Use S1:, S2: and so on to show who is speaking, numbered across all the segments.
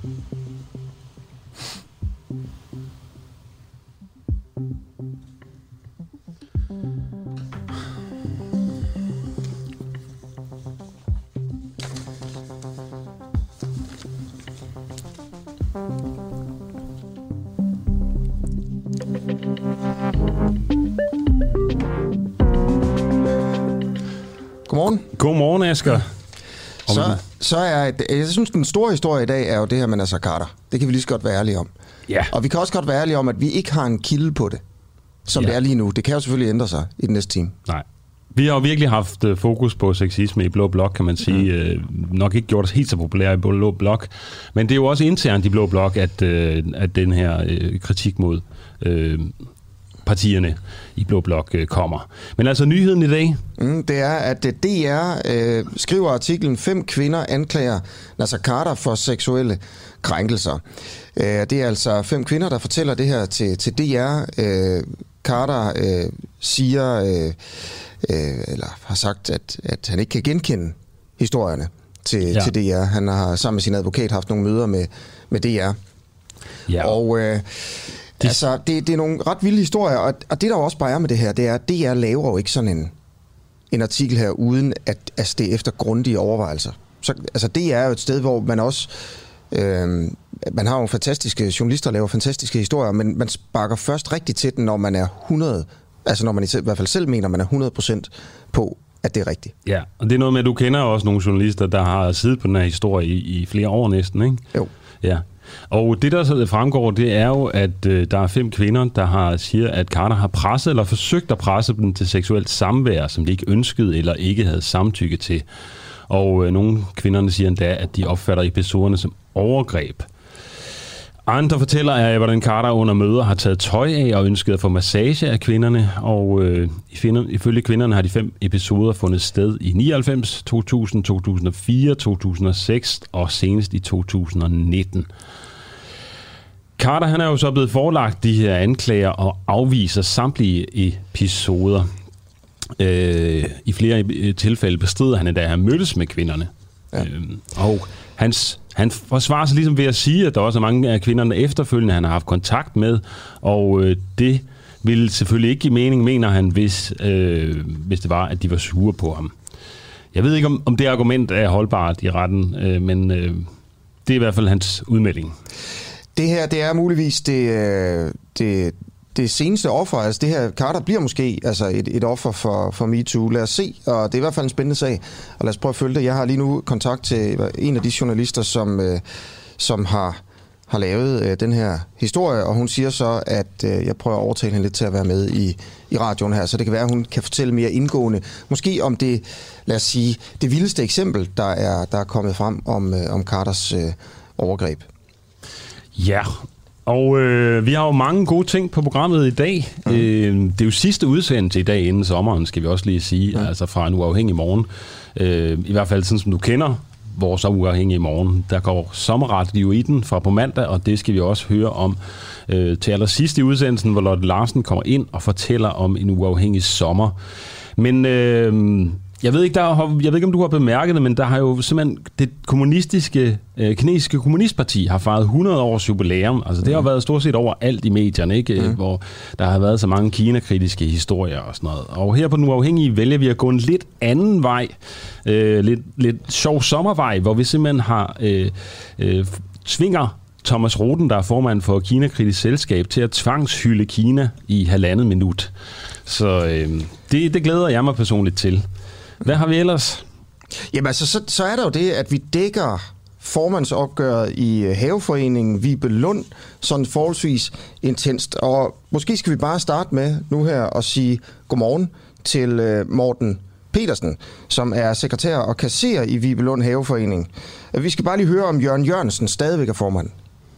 S1: Godmorgen.
S2: Godmorgen, Asger.
S1: Jeg synes, den store historie i dag er jo det her med Naser Khader. Det kan vi lige så godt være ærlige om.
S2: Ja.
S1: Og vi kan også godt være ærlige om, at vi ikke har en kilde på det, som det er lige nu. Det kan jo selvfølgelig ændre sig i den næste time.
S2: Nej. Vi har jo virkelig haft fokus på sexisme i Blå Blok, kan man sige. Nok ikke gjort os helt så populære i Blå Blok. Men det er jo også internt i Blå Blok, at den her kritik mod partierne i Blå Blok kommer. Men altså nyheden i dag?
S1: Det er, at DR skriver artiklen 5 kvinder anklager Naser Khader for seksuelle krænkelser. Det er altså 5 kvinder, der fortæller det her til DR. Khader siger, eller har sagt, at han ikke kan genkende historierne til DR. Han har sammen med sin advokat haft nogle møder med DR. Ja. Og altså, det er nogle ret vilde historier, og det der også bare er med det her, det er, at DR laver jo ikke sådan en artikel her, uden at det er efter grundige overvejelser. Så altså, det er jo et sted, hvor man også man har jo fantastiske journalister, der laver fantastiske historier, men man sparker først rigtigt til den, når man er 100, altså når man i hvert fald selv mener, man er 100% på, at det er rigtigt. Ja,
S2: og det er noget med, at du kender også nogle journalister, der har siddet på den her historie i flere år næsten, ikke?
S1: Jo.
S2: Ja. Og det, der så fremgår, det er jo, at der er 5 kvinder, der siger, at Khader har presset eller forsøgt at presse dem til seksuelt samvær, som de ikke ønskede eller ikke havde samtykke til. Og nogle kvinderne siger endda, at de opfatter episoderne som overgreb. Andre fortæller, hvordan Khader under møder har taget tøj af og ønsket at få massage af kvinderne. Og ifølge kvinderne har de 5 episoder fundet sted i 99, 2000, 2004, 2006 og senest i 2019. Khader, han er jo så blevet forelagt de her anklager og afviser samtlige episoder. I flere tilfælde bestrider han, at han mødtes med kvinderne. Ja. Og han forsvarer sig ligesom ved at sige, at der også er mange af kvinderne efterfølgende, han har haft kontakt med, og det ville selvfølgelig ikke give mening, mener han, hvis det var, at de var sure på ham. Jeg ved ikke, om det argument er holdbart i retten, men det er i hvert fald hans udmelding.
S1: Det her, det er muligvis det seneste offer, altså det her, Khader bliver måske altså et offer for MeToo. Lad os se, og det er i hvert fald en spændende sag, og lad os prøve at følge det. Jeg har lige nu kontakt til en af de journalister, som har lavet den her historie, og hun siger så, at jeg prøver at overtale hende lidt til at være med i radioen her, så det kan være, at hun kan fortælle mere indgående, måske om det, lad os sige, det vildeste eksempel, der er kommet frem om Khaders overgreb.
S2: Ja, og vi har jo mange gode ting på programmet i dag. Det er jo sidste udsendelse i dag inden sommeren, skal vi også lige sige, altså fra en uafhængig morgen. I hvert fald sådan, som du kender vores uafhængige morgen. Der går sommerret jo i den fra på mandag, og det skal vi også høre om til allersidst i udsendelsen, hvor Lotte Larsen kommer ind og fortæller om en uafhængig sommer. Men jeg ved ikke, om du har bemærket det, men der har jo simpelthen det kinesiske kommunistparti har fejret 100 års jubilæum. Altså det har været stort set overalt i medierne, ikke? Hvor der har været så mange Kina-kritiske historier og sådan noget. Og her på Den Uafhængige vælger vi at gå en lidt anden vej, lidt sjov sommervej, hvor vi simpelthen har tvinger Thomas Roden, der er formand for Kina-kritisk selskab, til at tvangshylde Kina i 1,5 minut. Så det glæder jeg mig personligt til. Hvad har vi ellers?
S1: Jamen altså, så er der jo det, at vi dækker formandsopgøret i Haveforeningen Vibelund sådan forholdsvis intenst. Og måske skal vi bare starte med nu her og sige godmorgen til Morten Petersen, som er sekretær og kasserer i Vibelund Haveforening. Vi skal bare lige høre, om Jørgen Jørgensen stadigvæk er formand.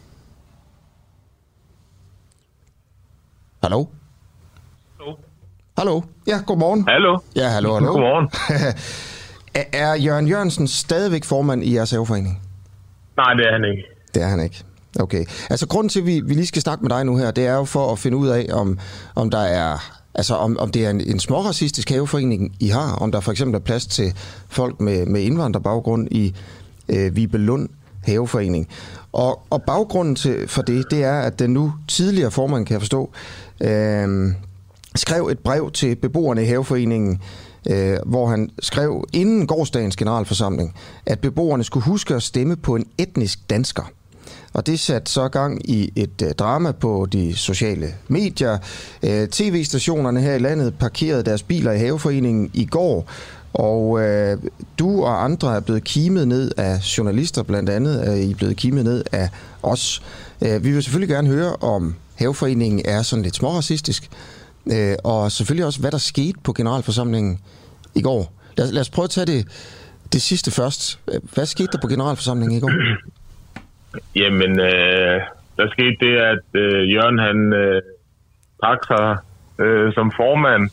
S1: Hallo? Hallo? Ja, godmorgen.
S3: Hallo?
S1: Ja, hallo.
S3: Godmorgen.
S1: Er Jørgen Jørgensen stadigvæk formand i jeres haveforening?
S3: Nej, det er han ikke.
S1: Det er han ikke. Okay. Altså, grunden til, at vi lige skal snakke med dig nu her, det er jo for at finde ud af, om der er, altså om det er en småracistisk haveforening, I har, om der for eksempel er plads til folk med indvandrerbaggrund i Vibelund Haveforening. Og baggrunden for det er, at den nu tidligere formand, kan jeg forstå, skrev et brev til beboerne i Haveforeningen, hvor han skrev inden gårsdagens generalforsamling, at beboerne skulle huske at stemme på en etnisk dansker. Og det satte så gang i et drama på de sociale medier. TV-stationerne her i landet parkerede deres biler i Haveforeningen i går, og du og andre er blevet kimet ned af journalister, blandt andet er I blevet kimet ned af os. Vi vil selvfølgelig gerne høre, om Haveforeningen er sådan lidt småracistisk, og selvfølgelig også, hvad der skete på generalforsamlingen i går. Lad os prøve at tage det sidste først. Hvad skete der på generalforsamlingen i går?
S3: Jamen, der skete det, at Jørgen han trak sig som formand,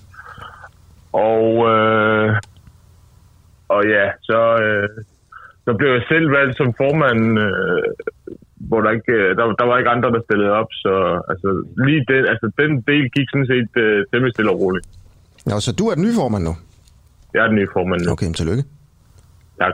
S3: og ja, så blev jeg selv valgt som formand, hvor der var ikke andre, der stillede op, så altså, lige den del gik sådan set temmelig stille og roligt.
S1: Nå, så du er den nye formand nu?
S3: Jeg er den nye formand nu.
S1: Okay, tillykke.
S3: Tak.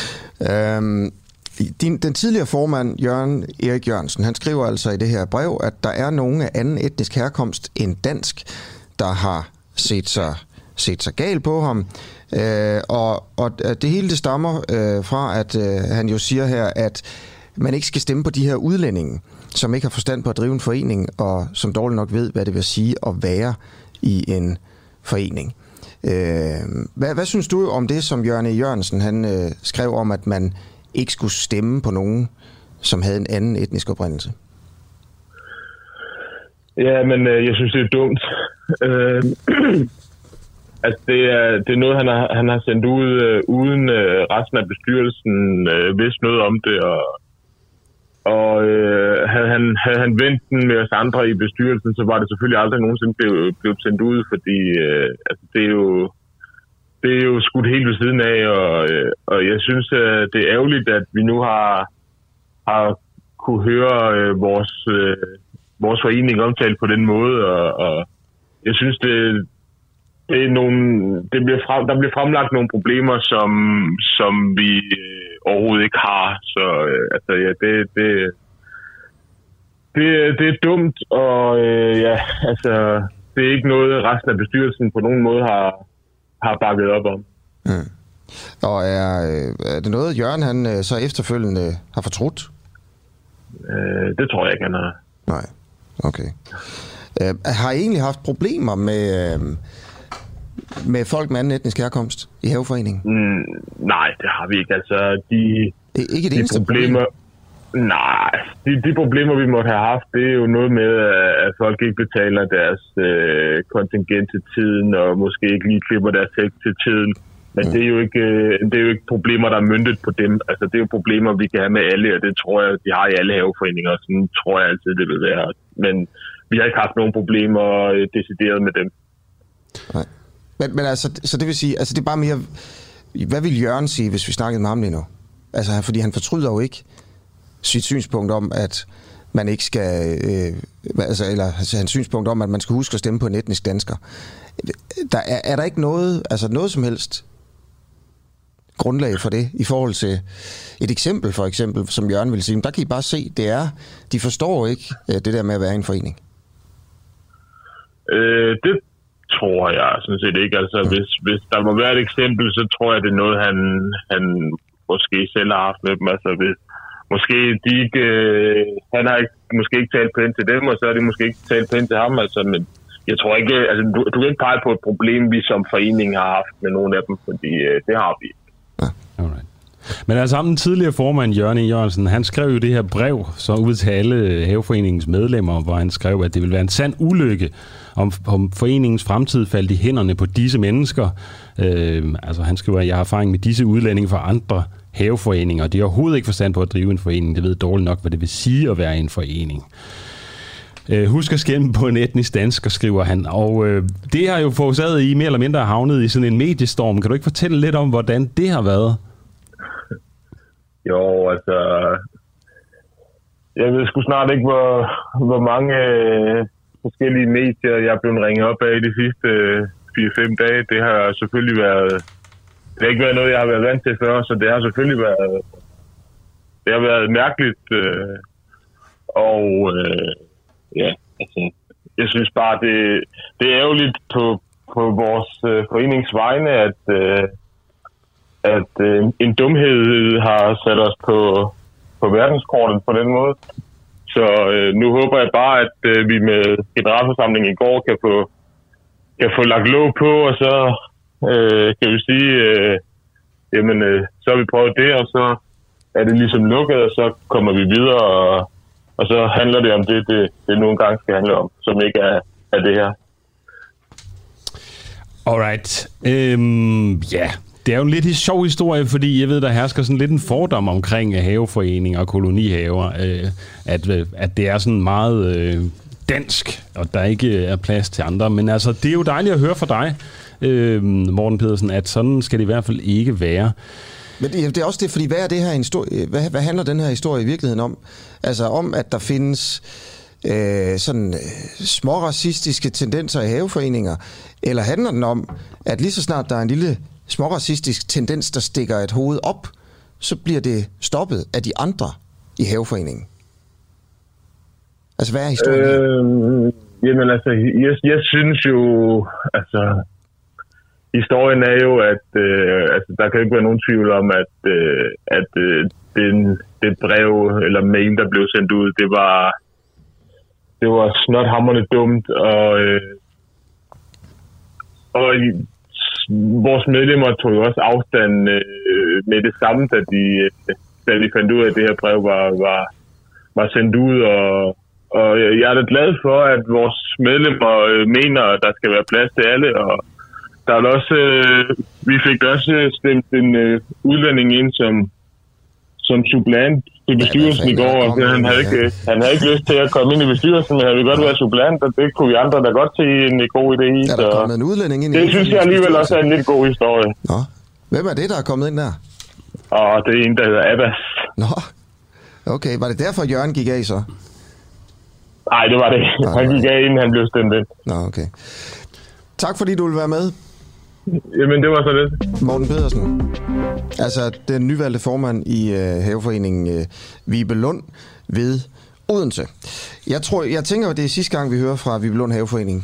S1: Den tidligere formand, Jørgen Erik Jørgensen, han skriver altså i det her brev, at der er nogen af anden etnisk herkomst end dansk, der har set sig gal på ham. Og det hele det stammer fra, at han jo siger her, at man ikke skal stemme på de her udlændinge, som ikke har forstand på at drive en forening, og som dårligt nok ved, hvad det vil sige at være i en forening. Hvad synes du om det, som Jørgen Jørgensen han skrev om, at man ikke skulle stemme på nogen, som havde en anden etnisk oprindelse?
S3: Ja, men jeg synes, det er dumt. Altså, det er noget, han har sendt ud, uden resten af bestyrelsen vidste noget om det, og havde han vendt den med os andre i bestyrelsen, så var det selvfølgelig aldrig nogensinde blevet sendt ud, fordi altså, det er jo skudt helt ved siden af, og jeg synes, det er ærgerligt, at vi nu har kunne høre vores forening omtalt på den måde, og jeg synes, der bliver fremlagt nogle problemer, som vi overhovedet ikke har. Så altså, ja, det er dumt, og ja, altså, det er ikke noget, resten af bestyrelsen på nogen måde har bakket op om.
S1: Mm. Og er det noget, Jørgen han så efterfølgende har fortrudt?
S3: Det tror jeg ikke, han har.
S1: Nej, okay. Har I egentlig haft problemer med folk med anden etnisk herkomst i Haveforeningen?
S3: Nej, det har vi ikke. Altså,
S1: ikke det eneste
S3: problemer. Nej, de problemer, vi måtte have haft, det er jo noget med, at folk ikke betaler deres kontingent til tiden, og måske ikke lige klipper deres hæk til tiden. Men det er jo ikke problemer, der er møntet på dem. Altså, det er jo problemer, vi kan have med alle, og det tror jeg, de har i alle haveforeninger, og sådan tror jeg altid, det vil være. Men vi har ikke haft nogen problemer decideret med dem.
S1: Nej. Men altså, så det vil sige, altså det er bare mere, hvad vil Jørgen sige, hvis vi snakkede med ham lige nu? Altså, fordi han fortryder jo ikke sit synspunkt om, at man ikke skal, eller hans synspunkt om, at man skal huske at stemme på en etnisk dansker. Er der ikke noget som helst grundlag for det, i forhold til et eksempel, for eksempel, som Jørgen vil sige, der kan I bare se, de forstår ikke det der med at være i en forening.
S3: Det tror jeg sådan set ikke. Altså, hvis der må være et eksempel, så tror jeg, det er noget, han måske selv har haft med dem. Altså, måske de ikke, han har måske ikke talt pænt til dem, og så har de måske ikke talt pænt til ham. Altså, men jeg tror ikke, altså, du kan ikke pege på et problem, vi som forening har haft med nogle af dem, fordi det har vi ikke.
S1: Ja.
S2: Alright. Men altså, den tidligere formand, Jørgen Jørgensen, han skrev jo det her brev så ud til alle Haveforeningens medlemmer, hvor han skrev, at det ville være en sand ulykke, om foreningens fremtid faldt i hænderne på disse mennesker. Altså, han skriver, at jeg har erfaring med disse udlændinge fra andre haveforeninger. De har overhovedet ikke forstand på at drive en forening. Det ved dårligt nok, hvad det vil sige at være en forening. Husk at skælde på en etnisk dansker, skriver han. Og det har jo forårsaget I mere eller mindre havnet i sådan en mediestorm. Kan du ikke fortælle lidt om, hvordan det har været?
S3: Jo, altså, jeg ved sgu snart ikke, hvor mange forskellige medier, jeg er blevet ringet op af i de sidste 4-5 dage. Det har selvfølgelig været, det har ikke været noget, jeg har været vant til før, så det har selvfølgelig været det har været mærkeligt. Ja, altså, jeg synes bare, det er ærgerligt på vores foreningsvegne, at en dumhed har sat os på verdenskortet på den måde. Så nu håber jeg bare, at vi med generalforsamlingen i går kan få lagt låg på, og så kan vi sige, så har vi prøvet det, og så er det ligesom lukket, og så kommer vi videre, og så handler det om det nogle gange skal handle om, som ikke er det her.
S2: Alright. Ja, det er jo en lidt sjov historie, fordi jeg ved, der hersker sådan lidt en fordom omkring haveforeninger og kolonihaver, at det er sådan meget dansk, og der ikke er plads til andre. Men altså, det er jo dejligt at høre fra dig, Morten Pedersen, at sådan skal det i hvert fald ikke være.
S1: Men det er også det, fordi hvad er det her historie? Hvad handler den her historie i virkeligheden om? Altså om, at der findes sådan små racistiske tendenser i haveforeninger, eller handler den om, at lige så snart der er en lille småracistisk tendens, der stikker et hoved op, så bliver det stoppet af de andre i haveforeningen? Altså, hvad er historien?
S3: Jamen, altså, jeg synes jo, altså, historien er jo, at altså, der kan ikke være nogen tvivl om, at det brev eller mail, der blev sendt ud, det var snothamrende dumt, og vores medlemmer tog jo også afstand med det samme, da de fandt ud af, at det her brev var sendt ud, og jeg er da glad for, at vores medlemmer mener, at der skal være plads til alle, og der er også, vi fik også stemt en udlænding ind som suppleant til bestyrelsen i går, og han havde ikke lyst til at komme ind i bestyrelsen, men han ville godt være suppleant, og det kunne vi andre da godt se en god idé i.
S1: Er der kommet en udlænding ind i
S3: det synes jeg alligevel også er en lidt god historie.
S1: Nå, hvem er det, der er kommet ind der?
S3: Og det er en, der hedder Abbas.
S1: Nå, okay. Var det derfor, Jørgen gik af så?
S3: Nej, det var det ikke. Han gik af, inden han blev stemt ind.
S1: Nå, okay. Tak fordi du ville være med.
S3: Jamen, det var så lidt.
S1: Morten Pedersen, altså den nyvalgte formand i haveforeningen Vibelund ved Odense. Jeg tænker, at det er sidste gang, vi hører fra Vibelund Haveforening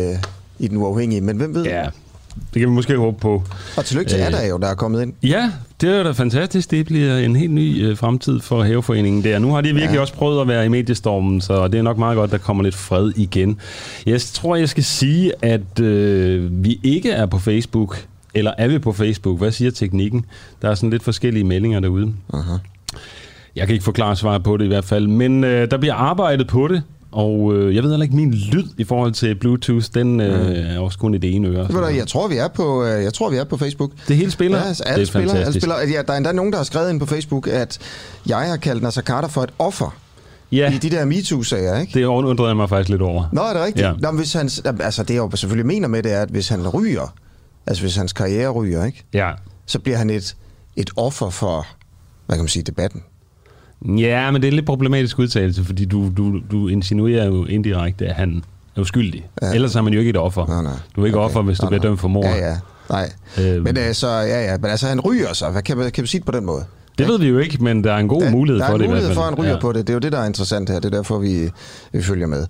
S1: i Den Uafhængige, men hvem ved?
S2: Ja, det kan vi måske håbe på.
S1: Og tillykke til Adda jo, der er kommet ind.
S2: Ja, det er jo da fantastisk. Det bliver en helt ny fremtid for haveforeningen der. Nu har de virkelig også prøvet at være i mediestormen, så det er nok meget godt, der kommer lidt fred igen. Jeg tror, jeg skal sige, at vi ikke er på Facebook. Eller er vi på Facebook? Hvad siger teknikken? Der er sådan lidt forskellige meldinger derude.
S1: Aha.
S2: Jeg kan ikke forklare svaret på det i hvert fald, men der bliver arbejdet på det. Og jeg ved heller ikke, min lyd i forhold til Bluetooth, den er også kun i det ene øre.
S1: Jeg tror, vi er på Facebook.
S2: Det hele spiller?
S1: Ja, alle spiller. Ja, der er endda nogen, der har skrevet ind på Facebook, at jeg har kaldt Naser Khader for et offer i de der MeToo-sager, ikke?
S2: Det undrede jeg mig faktisk lidt over.
S1: Nå, er det rigtigt?
S2: Ja.
S1: Nå, hvis han, altså, det jeg jo selvfølgelig mener med det, er, at hvis han ryger, altså hvis hans karriere ryger, ikke?
S2: Ja.
S1: Så bliver han et offer for, hvad kan man sige, debatten.
S2: Ja, men det er en lidt problematisk udtalelse, fordi du insinuerer jo indirekte, at han er uskyldig. Ja. Ellers er man jo ikke et offer.
S1: Nej.
S2: Du er ikke offer, hvis du bliver dømt for mord.
S1: Ja. Nej. Men altså han ryger så. Hvad kan vi sige det på den måde?
S2: Det ved vi jo ikke, men der er en god mulighed for det i hvert fald.
S1: Der er en mulighed for, at han ryger på det. Det er jo det, der er interessant her. Det er derfor, vi følger med.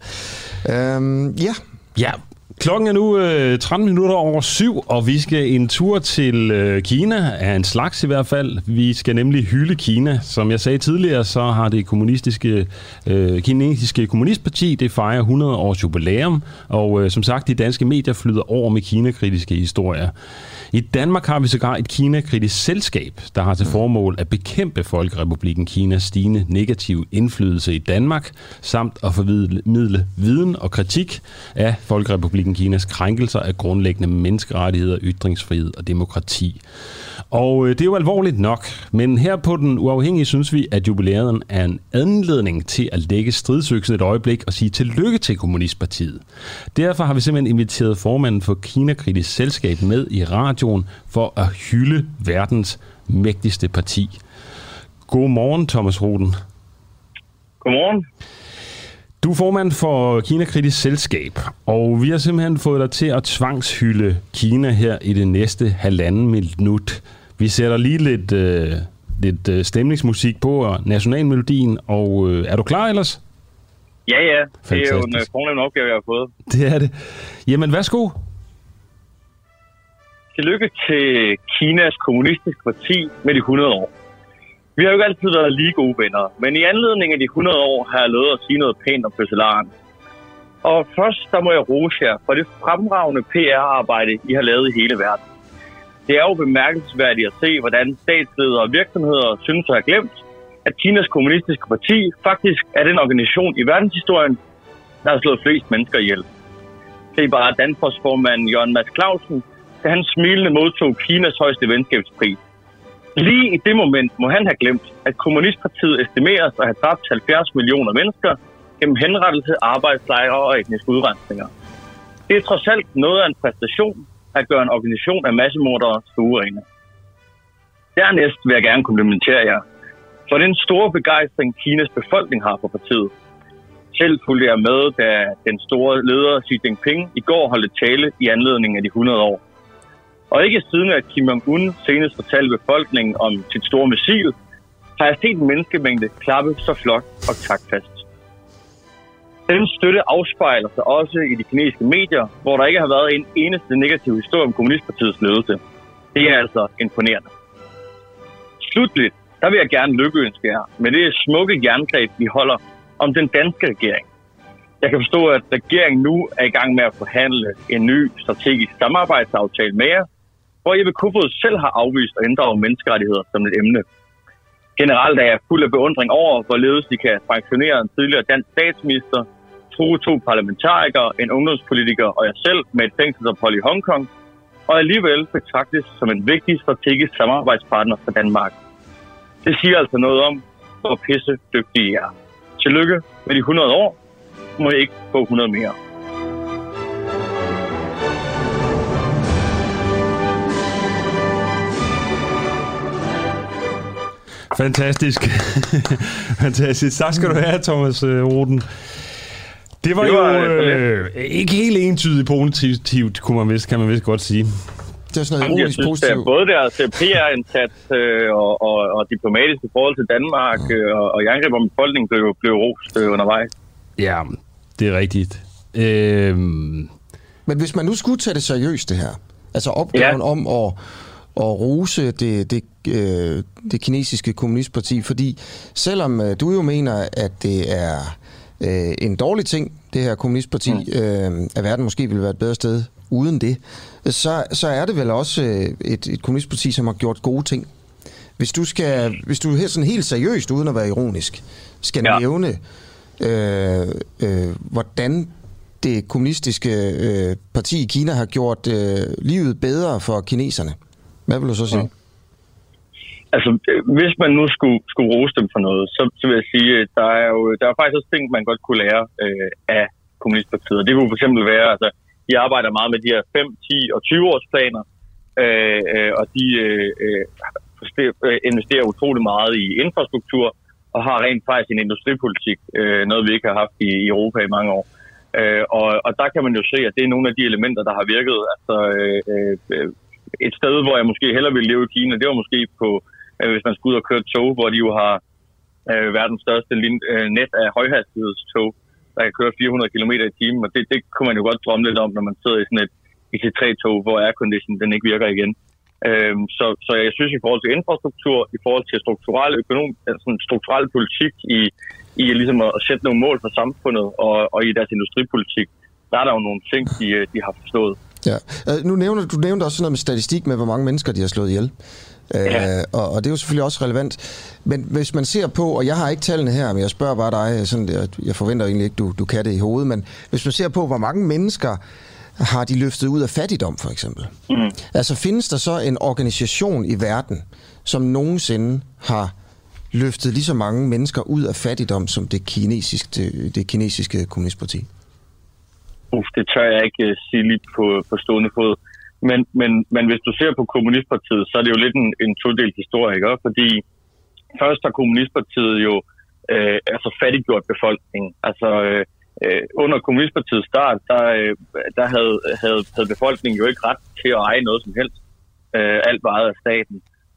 S2: Ja. Klokken er nu 13 minutter over 7, og vi skal en tur til Kina, af en slags i hvert fald. Vi skal nemlig hylde Kina. Som jeg sagde tidligere, så har det kinesiske kommunistparti, det fejrer 100 års jubilæum, og som sagt, de danske medier flyder over med kinakritiske historier. I Danmark har vi sågar et kinakritisk selskab, der har til formål at bekæmpe Folkerepublikken Kinas stigende negative indflydelse i Danmark, samt at formidle viden og kritik af Folkerepublikken Kinas krænkelser af grundlæggende menneskerettigheder, ytringsfrihed og demokrati. Og det er jo alvorligt nok, men her på Den Uafhængige synes vi, at jubilæet er en anledning til at lægge stridsøksen et øjeblik og sige tillykke til Kommunistpartiet. Derfor har vi simpelthen inviteret formanden for Kinakritisk Selskab med i radioen for at hylde verdens mægtigste parti. Godmorgen, Thomas Roden.
S3: Godmorgen.
S2: Du er formand for Kinakritisk Selskab, og vi har simpelthen fået dig til at tvangshylde Kina her i det næste 1,5 minut. Vi sætter lige lidt lidt stemningsmusik på og nationalmelodien, og er du klar ellers?
S4: Ja. Det er jo en fornem opgave, jeg har fået.
S2: Det er det. Jamen, værsgo.
S4: Tillykke til Kinas kommunistiske parti med de 100 år. Vi har jo ikke altid været lige gode venner, men i anledning af de 100 år har jeg lovet at sige noget pænt om fødselaren. Og først, der må jeg rose jer for det fremragende PR-arbejde, I har lavet i hele verden. Det er jo bemærkelsesværdigt at se, hvordan statsledere og virksomheder synes at have glemt, at Kinas kommunistiske parti faktisk er den organisation i verdenshistorien, der har slået flest mennesker ihjel. Se bare Danfoss-formanden Jørgen Mads Clausen, da han smilende modtog Kinas højeste venskabspris. Lige i det moment må han have glemt, at kommunistpartiet estimeres at have dræbt 70 millioner mennesker gennem henrettelse, arbejdslejre og etniske udrensninger. Det er trods alt noget af en præstation at gøre en organisation af massemordere stuerene. Dernæst vil jeg gerne komplimentere jer for den store begejstring, Kinas befolkning har for partiet. Selv fulgte jeg med, da den store leder Xi Jinping i går holdt tale i anledning af de 100 år. Og ikke siden at Kim Jong-un senest fortalte befolkningen om sit store missil, har jeg set en menneskemængde klappe så flot og taktfast. Den støtte afspejler sig også i de kinesiske medier, hvor der ikke har været en eneste negativ historie om kommunistpartiets ledelse. Det er altså imponerende. Slutligt, der vil jeg gerne lykkeønske jer med det smukke jerngreb, vi holder om den danske regering. Jeg kan forstå, at regeringen nu er i gang med at forhandle en ny strategisk samarbejdsaftale med jer, hvor Jeppe Kofod selv har afvist at inddrage menneskerettigheder som et emne. Generelt er jeg fuld af beundring over, hvorledes de kan sanktionere en tidligere dansk statsminister, true 2 parlamentarikere, en ungdomspolitiker og jeg selv med et fængselsophold i Hongkong, og alligevel betragtes som en vigtig strategisk samarbejdspartner for Danmark. Det siger altså noget om, hvor pisse dygtige I er. Tillykke med de 100 år. Må I ikke få 100 mere.
S2: Fantastisk. Fantastisk. Tak skal du have, Thomas Roden. Det var jo ikke helt entydigt positivt, kan man vist godt sige.
S1: Det er sådan noget ironisk positivt.
S4: Både deres PR-indsats og diplomatiske forhold til Danmark og jerngreb om befolkningen blev rost undervejs.
S2: Ja, det er rigtigt.
S1: Men hvis man nu skulle tage det seriøst, det her, altså opgaven om at rose det kinesiske kommunistparti, fordi selvom du jo mener, at det er en dårlig ting, det her kommunistparti, at verden måske ville være et bedre sted uden det, så er det vel også et kommunistparti, som har gjort gode ting. Hvis du sådan helt seriøst, uden at være ironisk, skal nævne, hvordan det kommunistiske parti i Kina har gjort livet bedre for kineserne, hvad vil du så sige?
S4: Altså, hvis man nu skulle rose dem for noget, så vil jeg sige, at der er faktisk også ting, man godt kunne lære af kommunistpartiet. Det kunne for eksempel være, altså, de arbejder meget med de her 5, 10 og 20 års planer, og de investerer utrolig meget i infrastruktur, og har rent faktisk en industripolitik, noget vi ikke har haft i Europa i mange år. Og der kan man jo se, at det er nogle af de elementer, der har virket. Altså, et sted, hvor jeg måske hellere ville leve i Kina, det var måske på, hvis man skulle ud og køre tog, hvor de jo har verdens største net af højhastighedstog, der kan køre 400 km i timen, og det kunne man jo godt drømme lidt om, når man sidder i sådan et IC3-tog, hvor aircondition den ikke virker igen. Så jeg synes, i forhold til infrastruktur, i forhold til strukturel politik, i ligesom at sætte nogle mål for samfundet, og i deres industripolitik, der er der jo nogle ting, de har forstået.
S1: Ja. Du nævnte også noget med statistik med, hvor mange mennesker de har slået ihjel. Og det er jo selvfølgelig også relevant. Men hvis man ser på, og jeg har ikke tallene her, men jeg spørger bare dig, sådan, jeg forventer egentlig ikke, du kan det i hovedet, men hvis man ser på, hvor mange mennesker har de løftet ud af fattigdom, for eksempel. Altså findes der så en organisation i verden, som nogensinde har løftet lige så mange mennesker ud af fattigdom, som det kinesiske kommunistparti?
S4: Det tør jeg ikke sige lige på stående fod. Men hvis du ser på kommunistpartiet, så er det jo lidt en todelt historie, ikke? Fordi først har kommunistpartiet jo fattiggjort befolkningen. Altså under kommunistpartiets start, der havde befolkningen jo ikke ret til at eje noget som helst. Alt var ejet af staten.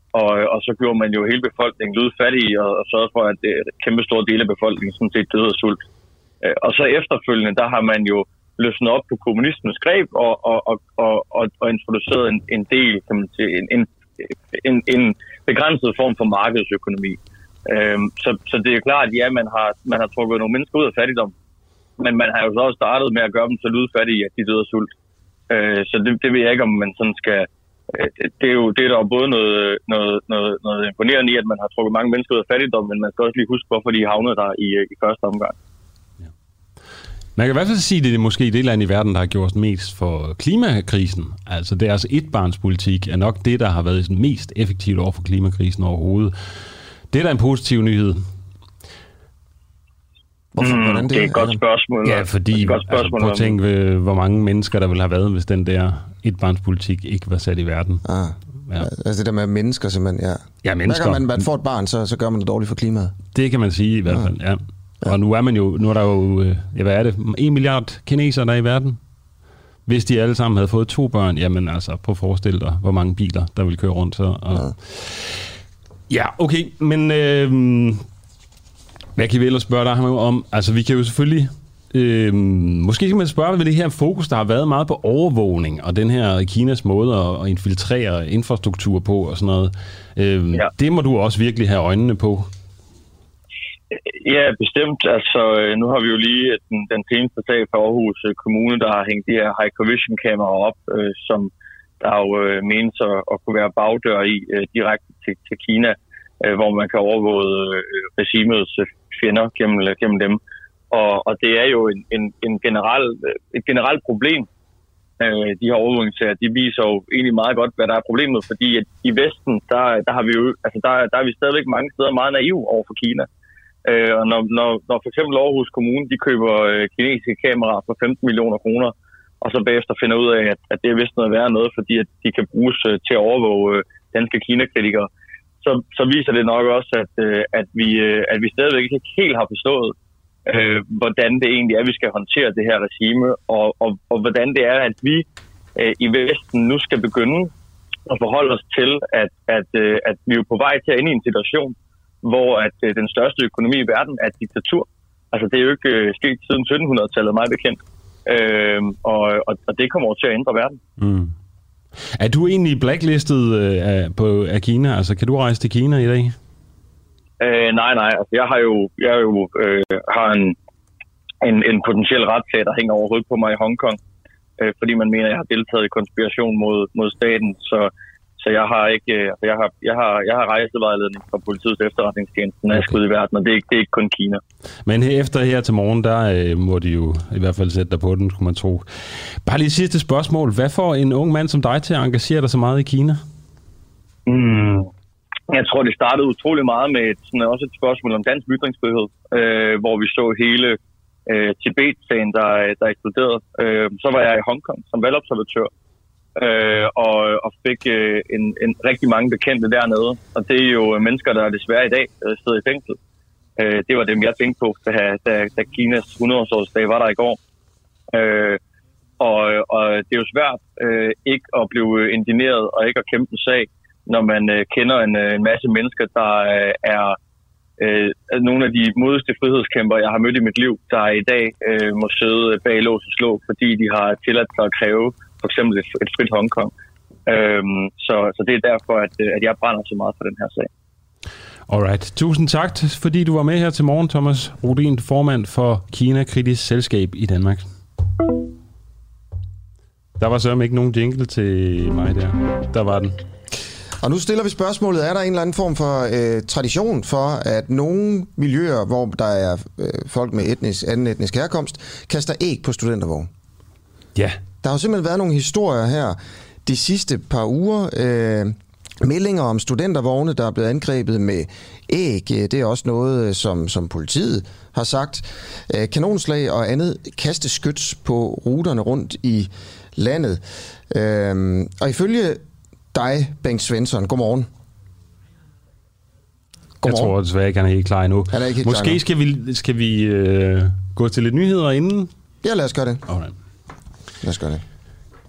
S4: og så gjorde man jo hele befolkningen ludfattig og sørgede for, at kæmpe store dele af befolkningen sådan set døde af sult. Og så efterfølgende, der har man jo løsnet op på kommunismens greb og introduceret en del, kan man sige, en begrænset form for markedsøkonomi. Så det er klart, at ja, man har trukket nogle mennesker ud af fattigdom, men man har jo så også startet med at gøre dem så ludfattige, at de døde af sult. Så det ved jeg ikke, om man sådan skal... Det er der både noget imponerende i, at man har trukket mange mennesker ud af fattigdom, men man skal også lige huske, hvorfor de havnede der i første omgang. Ja.
S2: Man kan i hvert fald sige, at det er måske det land i verden, der har gjort mest for klimakrisen. Altså deres etbarnspolitik er nok det, der har været mest effektivt over for klimakrisen overhovedet. Det er da en positiv nyhed.
S4: Hvordan det er et godt spørgsmål.
S2: Ja, fordi prøv at tænke, hvor mange mennesker der ville have været, hvis den der etbarnspolitik ikke var sat i verden.
S1: Ja. Altså det der med mennesker simpelthen, ja.
S2: Ja, mennesker.
S1: Hver gang man får et barn, så gør man det dårligt for klimaet.
S2: Det kan man sige i hvert fald, ja. Og nu er der jo, hvad er det, 1 milliard kinesere der er i verden. Hvis de alle sammen havde fået 2 børn, jamen altså, prøv at forestille dig, hvor mange biler, der ville køre rundt. Ja, okay, men hvad kan vi ellers spørge dig om? Altså, vi kan jo selvfølgelig... måske kan man spørge ved det her fokus, der har været meget på overvågning, og den her Kinas måde at infiltrere infrastruktur på og sådan noget. Det må du også virkelig have øjnene på.
S4: Ja, bestemt. Altså, nu har vi jo lige den seneste sag fra Aarhus Kommune, der har hængt de her high-vision-kameraer op, som der jo menes at kunne være bagdør i direkte til Kina, hvor man kan overvåge regimets fjender gennem dem. Og det er jo et generelt problem. De her overvågningssager, de viser jo egentlig meget godt, hvad der er problemet, fordi at i Vesten, der har vi jo, altså der er vi stadigvæk mange steder meget naive over for Kina. Og når for eksempel Aarhus Kommune, de køber kinesiske kameraer for 15 millioner kroner, og så bagefter finder ud af, at det er vist noget værre noget, fordi at de kan bruges til at overvåge danske Kina-kritikere, så viser det nok også, at vi stadigvæk ikke helt har forstået, hvordan det egentlig er, vi skal håndtere det her regime, og hvordan det er, at vi i Vesten nu skal begynde at forholde os til, at vi er på vej til at ind i en situation, hvor at den største økonomi i verden er et diktatur. Altså det er jo ikke sket siden 1700-tallet, meget bekendt. Og det kommer over til at ændre verden. Mm.
S2: Er du egentlig blacklistet af Kina? Altså kan du rejse til Kina i dag?
S4: Nej. Altså, jeg har en potentiel retssag, der hænger over hovedet på mig i Hongkong, fordi man mener, at jeg har deltaget i konspiration mod staten. Så jeg har ikke, jeg har rejsevejledning fra politiets efterretningstjeneste, når jeg skal ud i verden, og det er ikke kun Kina. Men
S2: efter her til morgen, der må de jo i hvert fald sætte dig på den, skulle man tro. Bare lige sidste spørgsmål. Hvad får en ung mand som dig til at engagere dig så meget i Kina?
S4: Jeg tror, det startede utrolig meget med også et spørgsmål om dansk ytringsfrihed, hvor vi så hele Tibet-sagen, der eksploderede. Så var jeg i Hongkong som valgobservatør, og fik en rigtig mange bekendte dernede. Og det er jo mennesker, der desværre i dag sidder i fængsel. Det var dem, jeg tænkte på, da Kinas 100-årsdag var der i går. Og det er jo svært ikke at blive indigneret og ikke at kæmpe en sag, når man kender en masse mennesker, der er nogle af de modigste frihedskæmper, jeg har mødt i mit liv, der i dag må sidde bag lås og slå, fordi de har tilladt sig at kræve for eksempel et frit Hongkong. Så det er derfor, at jeg brænder så meget for den her sag.
S2: Alright. Tusind tak, fordi du var med her til morgen, Thomas Rodin, formand for Kina Kritisk Selskab i Danmark. Der var så ikke nogen jingle til mig der. Der var den.
S1: Og nu stiller vi spørgsmålet, er der en eller anden form for tradition for, at nogle miljøer, hvor der er folk med anden etnisk herkomst, kaster æg på studentervogn?
S2: Ja.
S1: Der har jo simpelthen været nogle historier her de sidste par uger. Meldinger om studentervogne, der er blevet angrebet med æg. Det er også noget, som politiet har sagt. Kanonslag og andet kasteskyts på ruterne rundt i landet. Og ifølge dig, Bengt Svensson, godmorgen.
S2: Jeg tror desværre ikke, han er helt klar endnu. Måske skal vi gå til lidt nyheder inden?
S1: Ja, lad os gøre det.
S2: Alright.
S1: Lad os gøre det.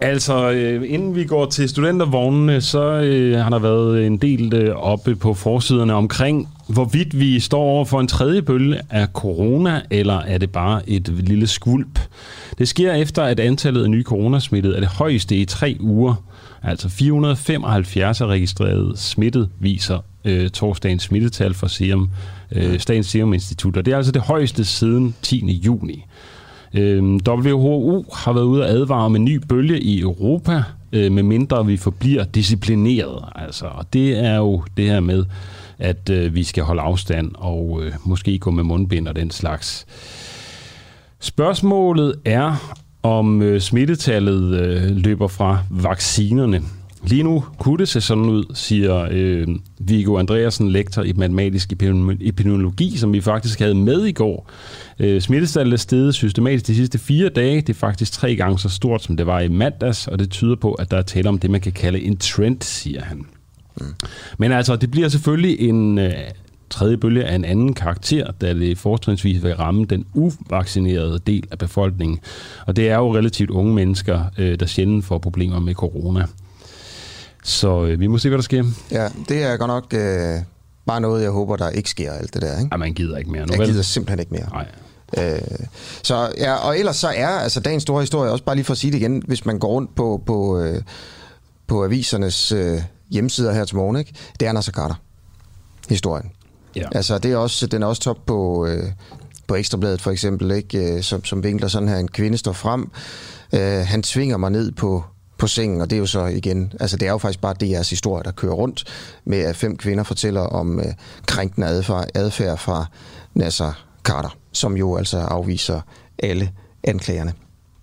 S2: Altså, inden vi går til studentervognene, så har der været en del oppe på forsiderne omkring, hvorvidt vi står over for en tredje bølge af corona, eller er det bare et lille skvulp? Det sker efter, at antallet af nye coronasmittede er det højeste i 3 uger. Altså 475 er registreret smittet, viser torsdagens smittetal fra Statens Serum Institut. Og det er altså det højeste siden 10. juni. WHO har været ude at advare om en ny bølge i Europa, med mindre vi forbliver disciplineret. Altså, og det er jo det her med, at vi skal holde afstand og måske gå med mundbind og den slags. Spørgsmålet er, om smittetallet løber fra vaccinerne. Lige nu kunne det se sådan ud, siger Viggo Andreasen, lektor i matematisk epidemiologi, som vi faktisk havde med i går. Smittetallet er steget systematisk de sidste 4 dage. Det er faktisk 3 gange så stort, som det var i mandags, og det tyder på, at der er tale om det, man kan kalde en trend, siger han. Men altså, det bliver selvfølgelig en tredje bølge af en anden karakter, da det fortrinsvis vil ramme den uvaccinerede del af befolkningen. Og det er jo relativt unge mennesker, der sjældent får problemer med corona. Så vi må se, hvad der sker.
S1: Ja, det er godt nok bare noget, jeg håber, der ikke sker alt det der, ikke?
S2: Ej, man gider ikke mere nu.
S1: Jeg gider simpelthen ikke mere.
S2: Nej.
S1: Så ja, og ellers så er altså dagens store historie, også bare lige for at sige det igen, hvis man går rundt på avisernes hjemmesider her til morgen, ikke? Det er Naser Khader historien. Ja. Altså det er også, den er også top på Ekstrabladet for eksempel, ikke? Som vinkler sådan her: en kvinde står frem, han tvinger mig ned på sengen, og det er jo så igen, altså det er jo faktisk bare DR's historie, der kører rundt med, at 5 kvinder fortæller om krænkende adfærd fra Naser Khader, som jo altså afviser alle anklagerne.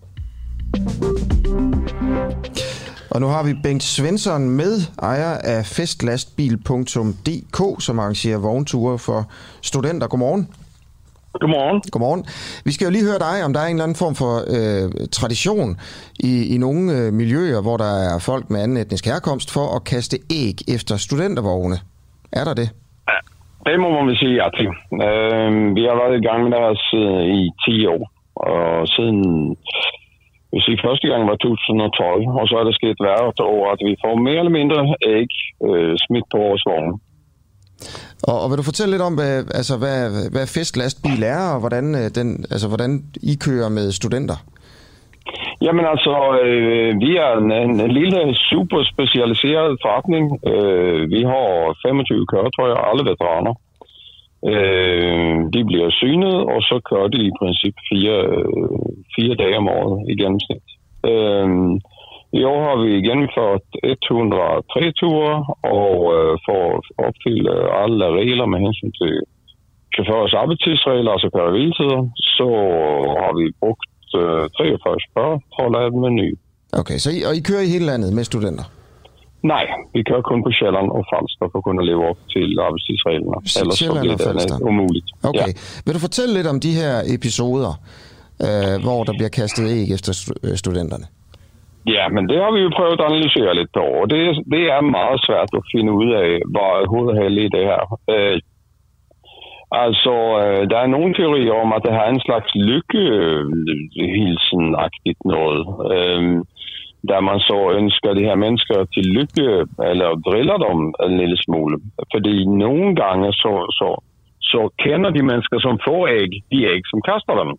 S1: Og nu har vi Bengt Svensson med, ejer af festlastbil.dk, som arrangerer vognture for studenter. Godmorgen. Godmorgen. Vi skal jo lige høre dig, om der er en eller anden form for tradition i nogle miljøer, hvor der er folk med anden etnisk herkomst, for at kaste æg efter studentervogne. Er der det?
S5: Ja, det må man sige ja til. Vi har været i gang med det her i 10 år, og siden første gang var 2012, og så er det sket hvert år, at vi får mere eller mindre æg smidt på vores vogne.
S1: Og vil du fortælle lidt om, hvad festlastbil er, og hvordan I kører med studenter?
S5: Jamen altså, vi er en lille super specialiseret forretning. Vi har 25 køretøjer, alle veteraner. De bliver synet, og så kører de i princip 4 dage om året i gennemsnit. I år har vi gennemført 103 ture, og for at opfylde alle regler med hensyn til chaufførers arbejdstidsregler, altså køre-hviletider, så har vi brugt 43 spørg for at lave dem med nye.
S1: Okay, så I kører i hele landet med studenter?
S5: Nej, vi kører kun på Sjælland og Falster for at kunne leve op til arbejdstidsreglerne. Ellers så bliver det umuligt.
S1: Okay. Ja. Vil du fortælle lidt om de her episoder, hvor der bliver kastet æg efter studenterne?
S5: Ja, men det har vi jo prøvet at analysere lidt på, og det er meget svært at finde ud af, hvad hovedhældet i det her. Der er nogle teorier om, at det har en slags lykkehilsen-agtigt noget. Der man så ønsker de her mennesker til lykke, eller driller dem en lille smule. Fordi nogle gange så kender de mennesker, som får æg, de æg, som kaster dem.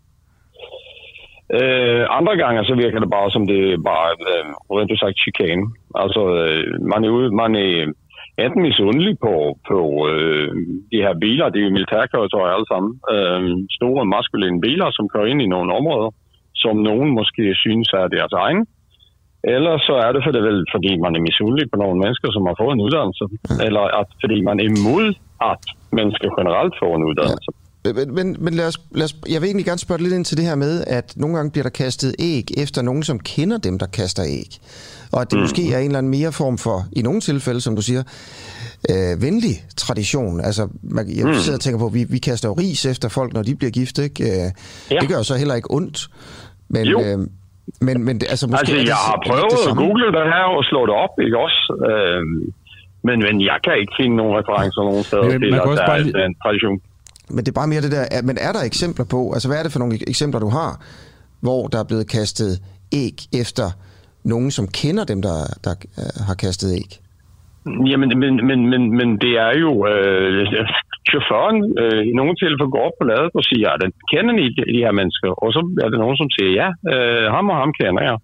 S5: Andre gange så virker det bare som det er bare rent sagt chikane. Altså man er enten misundelig på de her biler, det er jo militærkøretøjer alle sammen, store maskuline biler, som kører ind i nogle områder, som nogen måske synes er deres egen. Eller så er det fordi man er misundelig på nogle mennesker, som har fået en uddannelse, eller fordi man er imod, at mennesker generelt får en uddannelse. Ja.
S1: Men lad os, jeg vil egentlig gerne spørge lidt ind til det her med, at nogle gange bliver der kastet æg efter nogen, som kender dem, der kaster æg. Og at det måske er en eller anden mere form for, i nogle tilfælde, som du siger, venlig tradition. Altså, jeg sidder og tænker på, vi kaster jo ris efter folk, når de bliver gift, ikke? Det gør jo så heller ikke ondt. Men, men altså, måske
S5: jeg har prøvet at google det her og slå det op, ikke også? Men jeg kan ikke finde nogen referencer nogen steder til, at der er en tradition.
S1: Men det er bare mere det der, men er der eksempler på, altså hvad er det for nogle eksempler, du har, hvor der er blevet kastet æg efter nogen, som kender dem, der har kastet æg?
S5: Jamen, men det er jo chaufføren i nogle tilfælde går op på ladet og siger, at kender I de her mennesker? Og så er der nogen, som siger, ja, ham og ham kender jeg.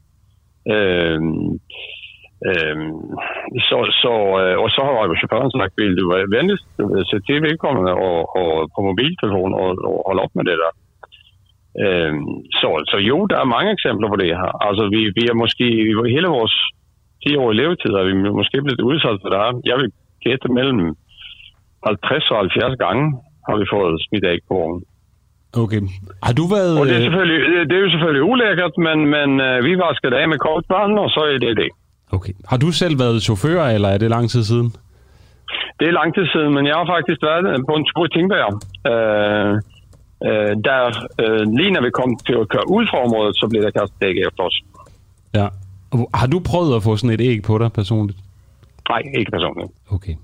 S5: Og så har jo chaufføren sagt, vil du være venligst sætte til vedkommende og på mobiltelefon og holde op med det der. Så jo, der er mange eksempler på det her. Altså, vi er måske i hele vores 10 år i levetid, er vi måske blevet udsat for det. Jeg vil gætte mellem 50 og 70 gange har vi fået smidt æg på vognen.
S2: Okay. Har du været...
S5: Og det er jo selvfølgelig ulækkert, men vi vasker det af med koldt vand, og så er det det.
S2: Okay. Har du selv været chauffør, eller er det lang tid siden?
S5: Det er lang tid siden, men jeg har faktisk været på en tur i Tingbjerg. Lige når vi kom til at køre ud fra området, så blev der kastet æg efter os.
S2: Ja. Har du prøvet at få sådan et æg på dig personligt?
S5: Nej, ikke personligt.
S2: Okay.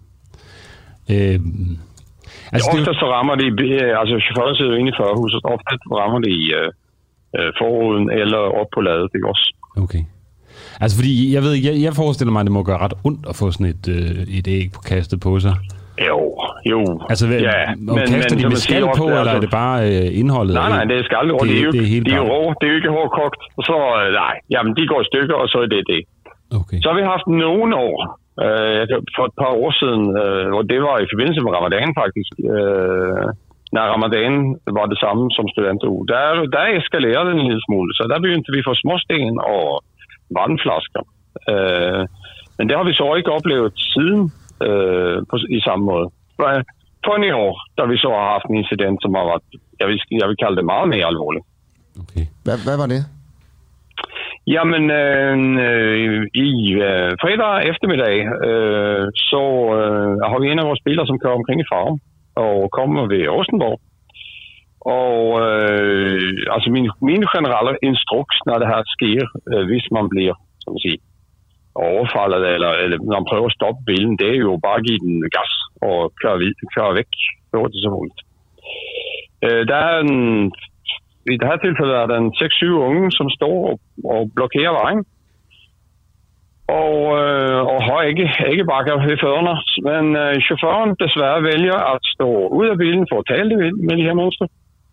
S5: Ofte så rammer de, altså chaufføren sidder jo inde i førerhuset, ofte rammer de forruden eller op på ladet, ikke også?
S2: Okay. Altså fordi, jeg forestiller mig, at det må gøre ret ondt at få sådan et æg på kastet på sig. Jo. Altså, kaster de med skal på, eller er det bare indholdet?
S5: Nej, det er skal, og det er jo rå, det er jo ikke hårdkogt. Så nej, jamen de går i stykker, og så er det det.
S2: Okay.
S5: Så har vi haft nogle år, for et par år siden, hvor det var i forbindelse med ramadan faktisk, når ramadan var det samme som studenteruge. Der eskalerede det en lille smule, så der begyndte vi for småsten og vandflasker. Men det har vi så ikke oplevet siden i samme måde. For en år, da vi så har haft en incident, som har været, jeg vil kalde det meget mere alvorligt.
S2: Okay.
S1: Hvad var det?
S5: Jamen, i fredag eftermiddag, så har vi en af vores biler, som kører omkring i Farum, og kommer ved Austenborg. Og altså min generelle instruks, når det her sker, hvis man bliver, som man siger, overfaldet, eller når man prøver at stoppe bilen, det er jo bare at give den gas og køre væk. Det så muligt. Der er i det her tilfælde er der 6-7 unge, som står og blokerer vejen. Og har ikke bakker ved fødderne. Men chaufføren desværre vælger at stå ud af bilen for at tale med de her mennesker.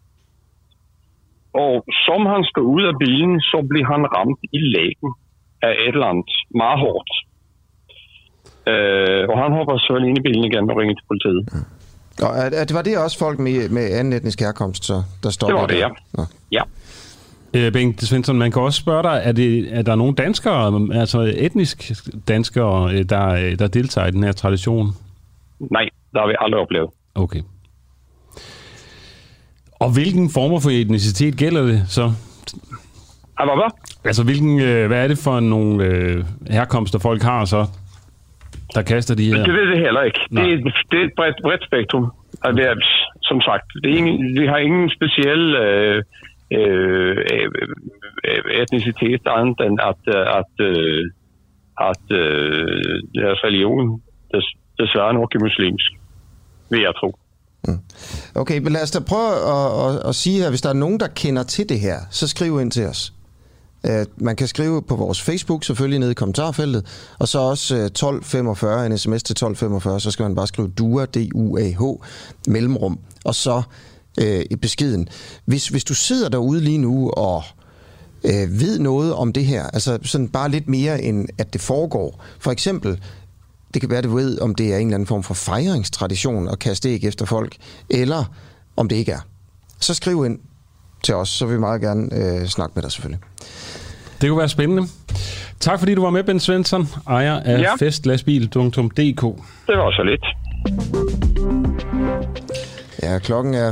S5: Og som han skal ud af bilen, så bliver han ramt i lægen af et eller andet meget hårdt. Og han hopper selvfølgelig ind i bilen igen og ringer til politiet.
S1: Og var det også folk med anden etnisk herkomst, så der står?
S5: Det var det, ja.
S2: Bengt Svensson, man kan også spørge dig, er der nogle danskere, altså etnisk danskere, der deltager i den her tradition?
S5: Nej, der har vi aldrig oplevet.
S2: Okay. Og hvilken former for etnicitet gælder det så?
S5: Hvad?
S2: Altså, hvad er det for nogle herkomster folk har så, der kaster de her?
S5: Det ved det heller ikke. Det er et bredt spektrum. Som sagt, vi har ingen speciel etnicitet andet end at deres religion desværre nok er muslimsk, vil jeg tro.
S1: Okay, men lad os da prøve at sige her, hvis der er nogen, der kender til det her, så skriv ind til os. Man kan skrive på vores Facebook, selvfølgelig nede i kommentarfeltet, og så også 1245, en sms til 1245, så skal man bare skrive DUAH, D-U-A-H, mellemrum, og så i beskeden. Hvis du sidder derude lige nu og ved noget om det her, altså sådan bare lidt mere end at det foregår. For eksempel, det kan være, at du ved, om det er en eller anden form for fejringstradition at kaste æg efter folk, eller om det ikke er. Så skriv ind til os, så vil vi meget gerne snakke med dig selvfølgelig.
S2: Det kunne være spændende. Tak fordi du var med, Ben Svensson, ejer af festlastbil.dk.
S5: Det var så lidt.
S1: Ja, klokken er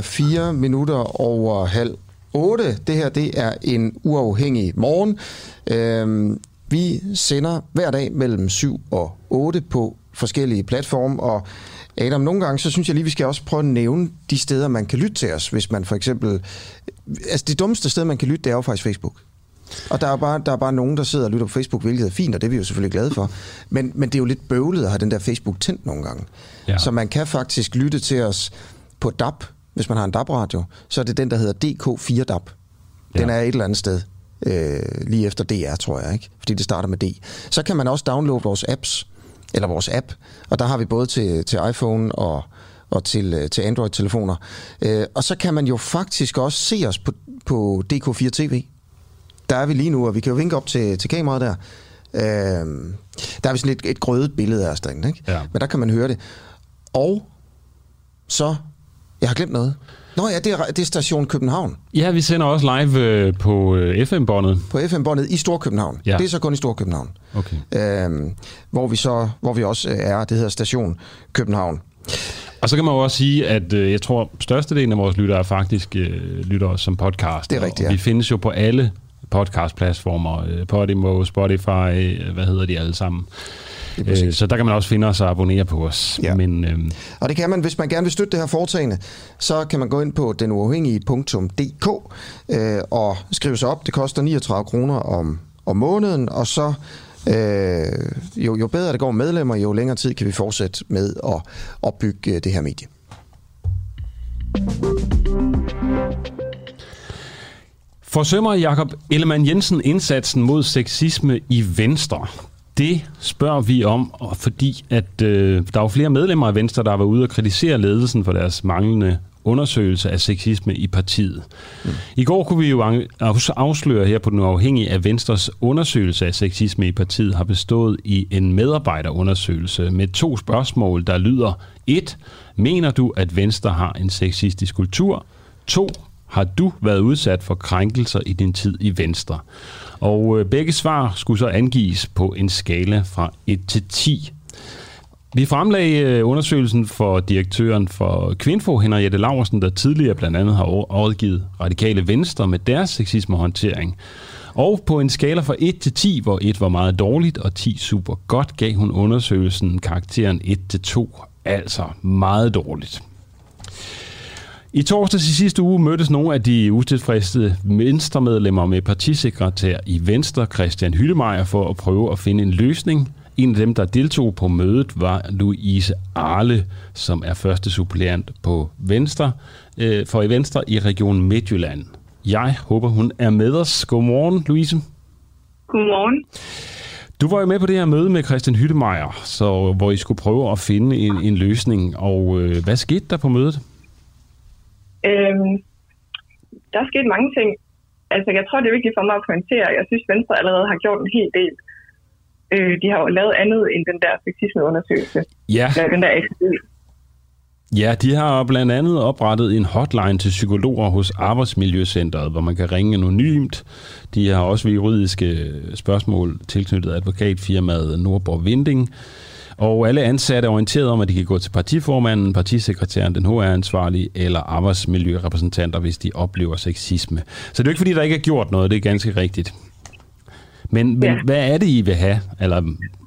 S1: 7:04. Det her, det er en uafhængig morgen. Vi sender hver dag mellem 7 og 8 på forskellige platforme, og Adam, nogle gange, så synes jeg lige, vi skal også prøve at nævne de steder, man kan lytte til os, hvis man for eksempel... Altså, det dummeste sted, man kan lytte, det er jo faktisk Facebook. Og der er bare nogen, der sidder og lytter på Facebook, hvilket er fint, og det er vi jo selvfølgelig glade for. Men det er jo lidt bøvlet at have den der Facebook tændt nogle gange. Ja. Så man kan faktisk lytte til os på DAB, hvis man har en DAB-radio, så er det den, der hedder DK4 DAB. Den er et eller andet sted. lige efter DR, tror jeg, ikke? Fordi det starter med D. Så kan man også downloade vores apps, eller vores app, og der har vi både til iPhone og til Android-telefoner. Og så kan man jo faktisk også se os på DK4 TV. Der er vi lige nu, og vi kan jo vinke op til kameraet der. Der er vi sådan et grødet billede af os derinde, ikke? Ja. Men der kan man høre det. Og så... Jeg har glemt noget. Nå ja, det er Station København.
S2: Ja, vi sender også live på FM-båndet.
S1: På FM-båndet i Storkøbenhavn. Ja. Det er så kun i Storkøbenhavn. Okay. Hvor vi også er, det hedder Station København.
S2: Og så kan man jo også sige, at jeg tror, størstedelen af vores lyttere faktisk lytter os som podcast.
S1: Det er rigtigt, ja.
S2: Og vi findes jo på alle podcastplatformer. Podimo, Spotify, hvad hedder de alle sammen. Så der kan man også finde os og abonnere på os. Ja.
S1: Og det kan man, hvis man gerne vil støtte det her foretagende, så kan man gå ind på denuafhængige.dk og skrive sig op. Det koster 39 kroner om måneden, og så jo bedre det går medlemmer, jo længere tid kan vi fortsætte med at opbygge det her medie.
S2: Forsømmer Jakob Ellemann-Jensen indsatsen mod sexisme i Venstre? Det spørger vi om, fordi at der er flere medlemmer af Venstre, der har været ude og kritisere ledelsen for deres manglende undersøgelse af sexisme i partiet. I går kunne vi jo afsløre her på Den Uafhængige, at Venstres undersøgelse af sexisme i partiet har bestået i en medarbejderundersøgelse med 2 spørgsmål, der lyder: 1. Mener du, at Venstre har en sexistisk kultur? 2. Har du været udsat for krænkelser i din tid i Venstre? Og begge svar skulle så angives på en skala fra 1 til 10. Vi fremlagde undersøgelsen for direktøren for Kvinfo, Henriette Laursen, der tidligere blandt andet har rådgivet Radikale Venstre med deres sexismehåndtering. Og på en skala fra 1 til 10, hvor 1 var meget dårligt og 10 super godt, gav hun undersøgelsen karakteren 1 til 2, altså meget dårligt. I torsdags i sidste uge mødtes nogle af de utilfredse Venstre-medlemmer med partisekretær i Venstre, Christian Hyltemeier, for at prøve at finde en løsning. En af dem, der deltog på mødet, var Louise Arle, som er første suppleant på Venstre, for i Venstre i Region Midtjylland. Jeg håber, hun er med os. Godmorgen, Louise.
S6: Godmorgen.
S2: Du var jo med på det her møde med Christian Hyltemeier, hvor I skulle prøve at finde en løsning. Og hvad skete der på mødet?
S6: Der er sket mange ting. Altså, jeg tror, det er vigtigt for mig at pointere. Jeg synes, Venstre allerede har gjort en hel del. De har jo lavet andet end den der sexismeundersøgelse.
S2: Ja.
S6: Den der ACD.
S2: Ja, de har blandt andet oprettet en hotline til psykologer hos Arbejdsmiljøcentret, hvor man kan ringe anonymt. De har også juridiske spørgsmål tilknyttet advokatfirmaet Nordborg Vinding. Og alle ansatte er orienteret om, at de kan gå til partiformanden, partisekretæren, den HR-ansvarlige eller arbejdsmiljørepræsentanter, hvis de oplever sexisme. Så det er jo ikke, fordi der ikke er gjort noget, det er ganske rigtigt. Men hvad er det, I vil have? Eller...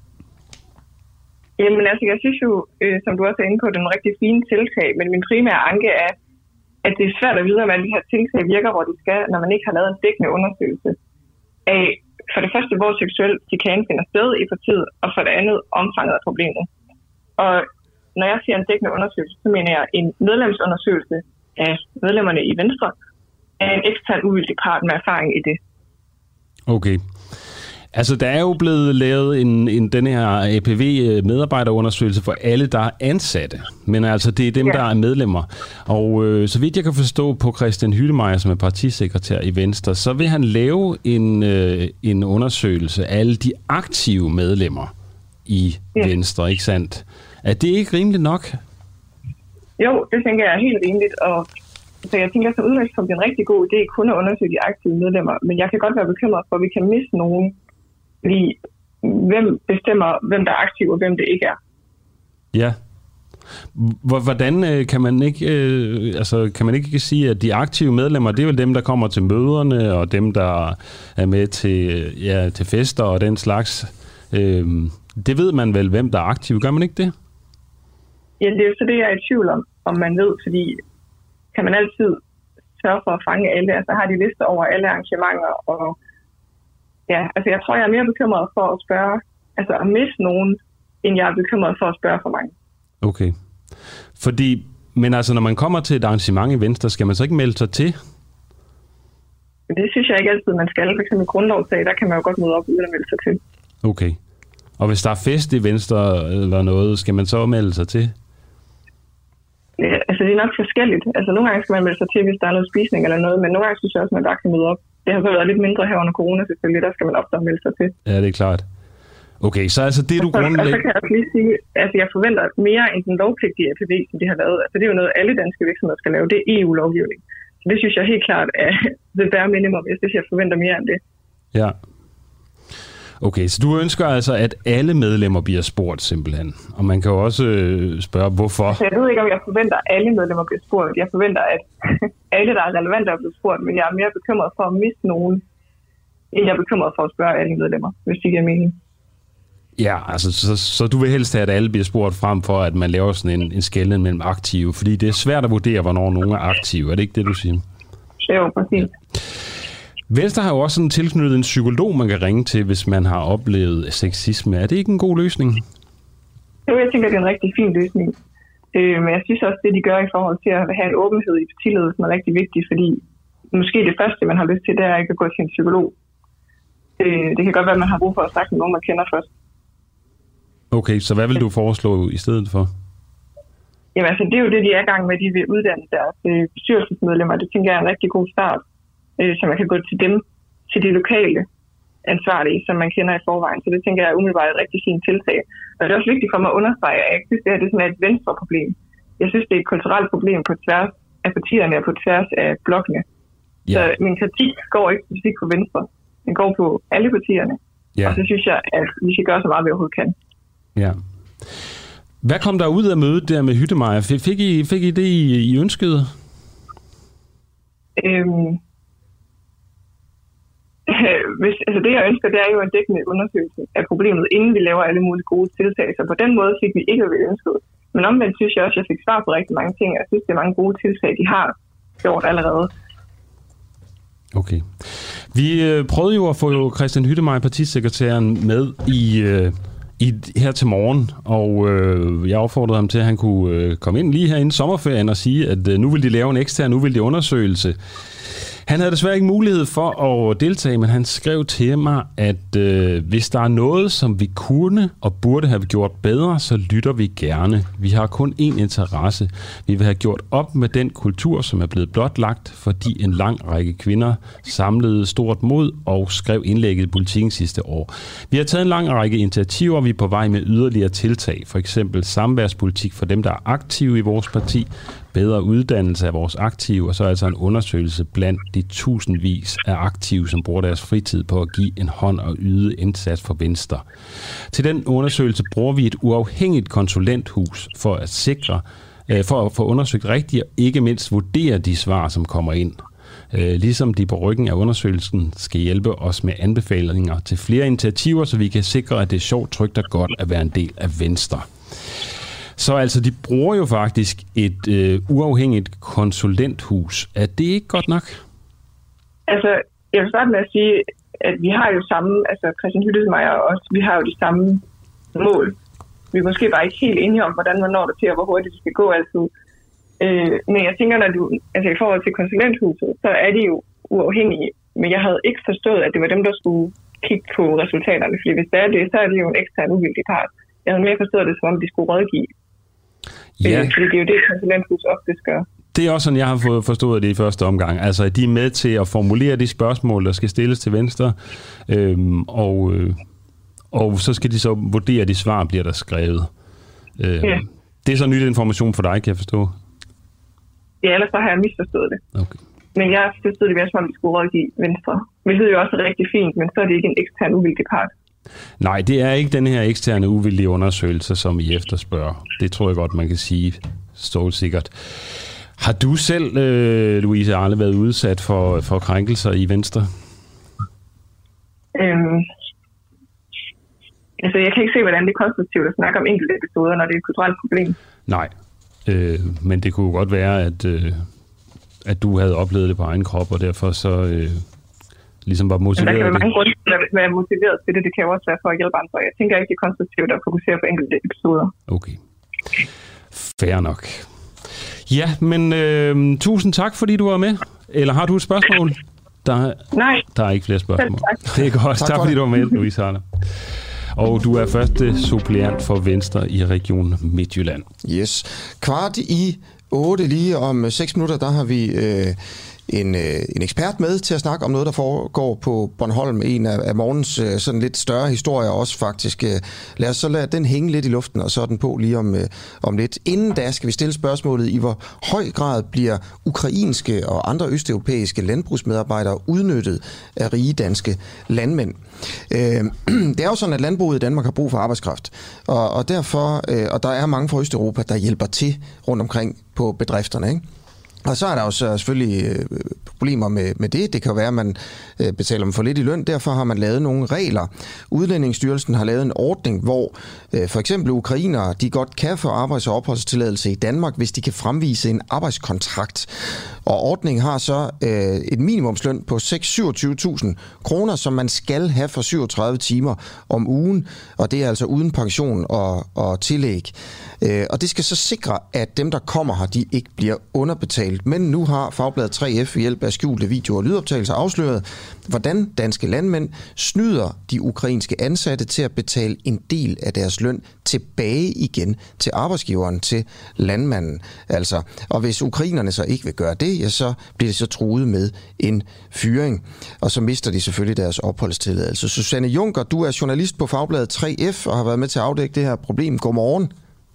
S6: Jamen altså, jeg synes jo, som du også er inde på, det er en rigtig fine tiltag, men min primære anke er, at det er svært at vide, om alle de her tiltag virker, hvor de skal, når man ikke har lavet en dækkende undersøgelse af, for det første, hvor seksuel chikane finder sted i partiet, og for det andet, omfanget af problemet. Og når jeg siger en dækkende undersøgelse, så mener jeg en medlemsundersøgelse af medlemmerne i Venstre, af en ekstern uvildig part med erfaring i det.
S2: Okay. Altså, der er jo blevet lavet den her APV-medarbejderundersøgelse for alle, der er ansatte. Men altså, det er dem, der er medlemmer. Og så vidt jeg kan forstå på Christian Hyltemeier, som er partisekretær i Venstre, så vil han lave en undersøgelse af alle de aktive medlemmer i Venstre, ikke sandt? Er det ikke rimeligt nok?
S6: Jo, det tænker jeg er helt rimeligt. Og så jeg tænker, som udgangspunkt, det er en rigtig god idé kun at undersøge de aktive medlemmer. Men jeg kan godt være bekymret for, at vi kan miste nogen. Fordi hvem bestemmer, hvem der er aktiv og hvem det ikke er?
S2: Ja. Hvordan kan man ikke sige, at de aktive medlemmer, det er vel dem, der kommer til møderne og dem, der er med til fester og den slags. Det ved man vel, hvem der er aktiv. Gør man ikke det?
S6: Ja, det er jo så det, jeg er i tvivl om man ved, fordi kan man altid sørge for at fange alle. Altså har de lister over alle arrangementer og ja, altså jeg tror, jeg er mere bekymret for at spørge, altså at miste nogen, end jeg er bekymret for at spørge for mange.
S2: Okay. Men altså, når man kommer til et arrangement i Venstre, skal man så ikke melde sig til?
S6: Men det synes jeg ikke altid, man skal. For eksempel grundlovsdag, der kan man jo godt møde op uden at melde sig til.
S2: Okay. Og hvis der er fest i Venstre eller noget, skal man så melde sig til?
S6: Ja, altså det er nok forskelligt. Altså nogle gange skal man melde sig til, hvis der er noget spisning eller noget, men nogle gange synes jeg også, at man bare kan møde op. Det har så været lidt mindre her under corona selvfølgelig, der skal man ofte melde sig til.
S2: Ja, det er klart. Okay, så altså det, du grundlægger...
S6: Og så kan jeg også lige sige, at jeg forventer mere end den lovpligtige APV, som de har lavet. Altså det er jo noget, alle danske virksomheder skal lave. Det er EU-lovgivning. Så det synes jeg helt klart er det bare minimum. Jeg synes, jeg forventer mere end det.
S2: Ja. Okay, så du ønsker altså, at alle medlemmer bliver spurgt simpelthen. Og man kan jo også spørge, hvorfor.
S6: Altså, jeg ved ikke, om jeg forventer, at alle medlemmer bliver spurgt. Jeg forventer, at alle, der er relevante, er blevet spurgt. Men jeg er mere bekymret for at miste nogen, end jeg er bekymret for at spørge alle medlemmer, hvis det giver mening.
S2: Ja, altså, så du vil helst have, at alle bliver spurgt frem for, at man laver sådan en skelnen mellem aktive. Fordi det er svært at vurdere, hvornår nogen er aktive. Er det ikke det, du siger?
S6: Jo, præcis.
S2: Ja. Venstre har jo også sådan tilknyttet en psykolog, man kan ringe til, hvis man har oplevet sexisme. Er det ikke en god løsning?
S6: Jo, jeg tænker, det er en rigtig fin løsning. Men jeg synes også, det de gør i forhold til at have en åbenhed i partiledelsen er rigtig vigtigt, fordi måske det første, man har lyst til, det er ikke at gå til en psykolog. Det kan godt være, at man har brug for at snakke med nogen, man kender først.
S2: Okay, så hvad vil du foreslå i stedet for?
S6: Jamen altså, det er jo det, de er i gang med, de vil uddanne deres bestyrelsesmedlemmer. Det tænker jeg er en rigtig god start, så man kan gå til dem, til de lokale ansvarlige, som man kender i forvejen. Så det tænker jeg er umiddelbart et rigtig fint tiltag. Og det er også vigtigt for mig at understrege, at jeg ikke synes, det her det er sådan et Venstre-problem. Jeg synes, det er et kulturelt problem på tværs af partierne og på tværs af blokkene. Ja. Så min kritik går ikke specifikt på Venstre. Den går på alle partierne. Ja. Og så synes jeg, at vi skal gøre så meget, vi overhovedet kan.
S2: Ja. Hvad kom der ud af mødet der med Hyttemeier? Fik I det, I ønskede?
S6: Altså det, jeg ønsker, det er jo en dækkende undersøgelse af problemet, inden vi laver alle mulige gode tiltag. Så på den måde fik vi ikke, hvad vi ønskede. Men omvendt synes jeg også, at jeg fik svar på rigtig mange ting. Jeg synes, det er mange gode tiltag, de har gjort allerede.
S2: Okay. Vi prøvede jo at få Christian Hyttemeier, partisekretæren, med her til morgen, og jeg opfordrede ham til, at han kunne komme ind lige her inden sommerferien og sige, at nu vil de lave en ekstern uvildig undersøgelse. Han havde desværre ikke mulighed for at deltage, men han skrev til mig, at hvis der er noget, som vi kunne og burde have gjort bedre, så lytter vi gerne. Vi har kun én interesse. Vi vil have gjort op med den kultur, som er blevet blotlagt, fordi en lang række kvinder samlede stort mod og skrev indlægget i Politiken sidste år. Vi har taget en lang række initiativer, og vi er på vej med yderligere tiltag. For eksempel samværspolitik for dem, der er aktive i vores parti, bedre uddannelse af vores aktive, og så altså en undersøgelse blandt de tusindvis af aktive, som bruger deres fritid på at give en hånd og yde indsats for Venstre. Til den undersøgelse bruger vi et uafhængigt konsulenthus for at sikre, for at få undersøgt rigtigt, og ikke mindst vurdere de svar, som kommer ind. Ligesom de på ryggen af undersøgelsen skal hjælpe os med anbefalinger til flere initiativer, så vi kan sikre, at det er sjovt, trygt og godt at være en del af Venstre. Så altså, de bruger jo faktisk et uafhængigt konsulenthus. Er det ikke godt nok? Altså,
S6: jeg vil starte med at sige, at vi har jo samme, altså Christian Hyttemeier og os, vi har jo de samme mål. Vi er måske bare ikke helt enige om, hvordan man når det til, og hvor hurtigt det skal gå altid. Men jeg tænker, når du, altså i forhold til konsulenthuset, så er de jo uafhængige. Men jeg havde ikke forstået, at det var dem, der skulle kigge på resultaterne. Fordi hvis det er det, så er det jo en ekstern uvildig part. Jeg havde mere forstået det, som om de skulle rådgive. Ja. Fordi det er jo det, konsulenthus ofte gør.
S2: Det er også sådan, jeg har fået forstået det i første omgang. Altså, at de er med til at formulere de spørgsmål, der skal stilles til Venstre, og så skal de så vurdere, de svar bliver der skrevet. Ja. Det er så nyt information for dig, kan jeg forstå?
S6: Ja, ellers så har jeg misforstået det.
S2: Okay.
S6: Men jeg forstod det mere, som om de skulle rådgive Venstre. Hvilket jo også er rigtig fint, men så er det ikke en ekstern uvildig part.
S2: Nej, det er ikke den her eksterne uvildige undersøgelse, som I efterspørger. Det tror jeg godt, man kan sige stålsikkert. Har du selv, Louise Arle, været udsat for krænkelser i Venstre?
S6: Altså, jeg kan ikke se, hvordan det er konstruktivt at snakke om enkelte episoder, når det er et kulturelt problem.
S2: Nej, men det kunne godt være, at du havde oplevet det på egen krop, og derfor så ligesom var motiveret.
S6: Der kan være mange grunde til at være motiveret til det. Det kan jo også være for at hjælpe andre. Jeg tænker ikke, det er konstruktivt at fokusere på enkelte episoder.
S2: Okay. Fair nok. Ja, men tusind tak, fordi du var med. Eller har du et spørgsmål, Der er ikke flere spørgsmål.
S6: Tak.
S2: Det er godt. Tak fordi du var med, Louise Harder. Og du er første suppleant for Venstre i Region Midtjylland.
S1: Yes. 7:15 lige om 6 minutter, der har vi en ekspert med til at snakke om noget, der foregår på Bornholm. En af morgens sådan lidt større historier også faktisk. Lad os så lade den hænge lidt i luften, og så er den på lige om lidt. Inden da skal vi stille spørgsmålet, i hvor høj grad bliver ukrainske og andre østeuropæiske landbrugsmedarbejdere udnyttet af rige danske landmænd. Det er jo sådan, at landbruget i Danmark har brug for arbejdskraft, og derfor, og der er mange fra Østeuropa, der hjælper til rundt omkring på bedrifterne, ikke? Og så er der jo selvfølgelig problemer med det. Det kan jo være, at man betaler dem for lidt i løn. Derfor har man lavet nogle regler. Udlændingsstyrelsen har lavet en ordning, hvor for eksempel ukrainere, de godt kan få arbejds- og opholdstilladelse i Danmark, hvis de kan fremvise en arbejdskontrakt. Og ordningen har så et minimumsløn på 27.000 kroner, som man skal have for 37 timer om ugen. Og det er altså uden pension og tillæg. Og det skal så sikre, at dem, der kommer her, de ikke bliver underbetalt. Men nu har Fagbladet 3F ved hjælp af skjulte video- og lydoptagelser afsløret, hvordan danske landmænd snyder de ukrainske ansatte til at betale en del af deres løn tilbage igen til arbejdsgiveren, til landmanden. Altså, og hvis ukrainerne så ikke vil gøre det, ja, så bliver de så truet med en fyring. Og så mister de selvfølgelig deres opholdstilladelse. Susanne Juncker, du er journalist på Fagbladet 3F og har været med til at afdække det her problem. Godmorgen.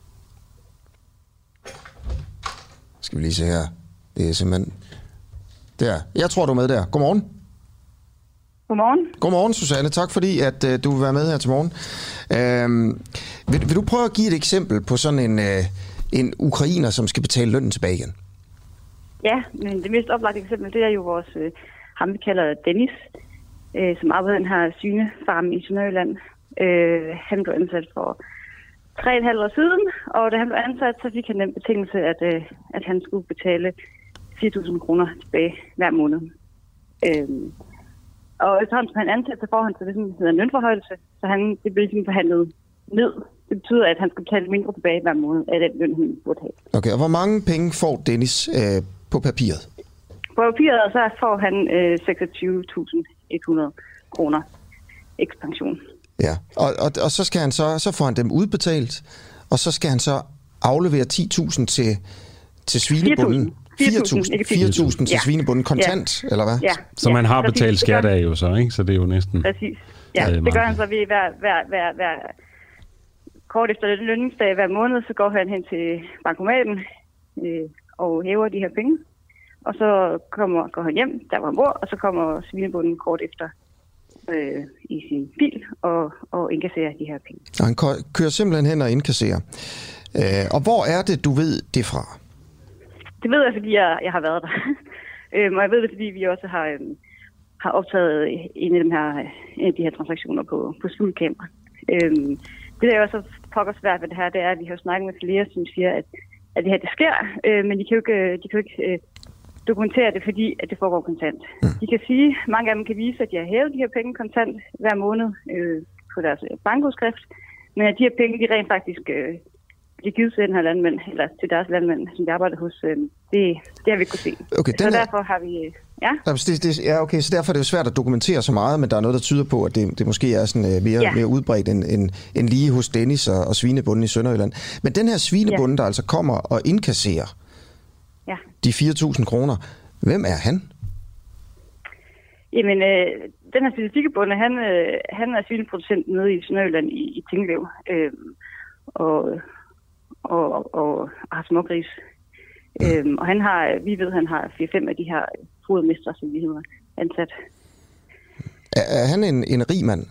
S1: Skal vi lige se her. Det er simpelthen... Der. Jeg tror, du er med der. Godmorgen.
S7: Godmorgen.
S1: Godmorgen, Susanne. Tak fordi, at du vil være med her til morgen. Vil du prøve at give et eksempel på sådan en ukrainer, som skal betale lønnen tilbage igen?
S7: Ja, men det mest oplagte eksempel, det er jo vores, ham vi kalder Dennis, som arbejder i den her svinefarm i Sønderjylland. Han blev ansat for 3,5 år siden, og da han blev ansat, så fik han den betingelse, at han skulle betale 4.000 kroner tilbage hver måned. Og efterhånden som han ansat, så får han til det, som hedder en lønforhøjelse, så det bliver ligesom forhandlet ned. Det betyder, at han skal betale mindre tilbage hver måned af den løn, han burde have.
S1: Okay, og hvor mange penge får Dennis på papiret?
S7: På papiret så får han 26.100 kroner ekspansion.
S1: Ja, og så skal han så får han dem udbetalt, og så skal han så aflevere 10.000 til svinebunden. 4.000 til svinebunden kontant, eller hvad?
S7: Ja.
S2: Så man har betalt skat af jo så, ikke? Så det er jo næsten...
S7: Præcis. Ja, det gør han så ved hver kort efter lønningsdag hver måned, så går han hen til bankomaten og hæver de her penge. Og så går han hjem, der hvor han bor, og så kommer svinebunden kort efter i sin bil og indkasserer de her penge.
S1: Og han kører simpelthen hen og indkasserer. Og hvor er det, du ved det fra?
S7: Det ved jeg, fordi jeg har været der. Og jeg ved det, fordi vi også har optaget en af de her transaktioner på skjulkamera. Det der er jo så pokker svært ved det her, det er, at vi har snakket med flere, som siger, at det her det sker, men de kan jo ikke dokumentere det, fordi at det foregår kontant. De kan sige, mange af dem kan vise, at de har hævet de her penge kontant hver måned på deres bankudskrift, men at de her penge, de rent faktisk bliver givet til den her landmænd, eller til deres landmænd, som de arbejder hos, det har vi ikke kunne se. Okay, så derfor har vi... Ja,
S1: okay, så derfor er det jo svært at dokumentere så meget, men der er noget, der tyder på, at det måske er sådan mere udbredt end lige hos Dennis og svinebunden i Sønderjylland. Men den her svinebunde, der altså kommer og indkasserer de 4.000 kroner, hvem er han?
S7: Jamen, den her specifikke bonde, han er svineproducent nede i Sønderjylland i Tinglev, og har smågris. Og vi ved, han har 4-5 af de her fodermestre, som vi hedder, ansat.
S1: Er han en rig mand?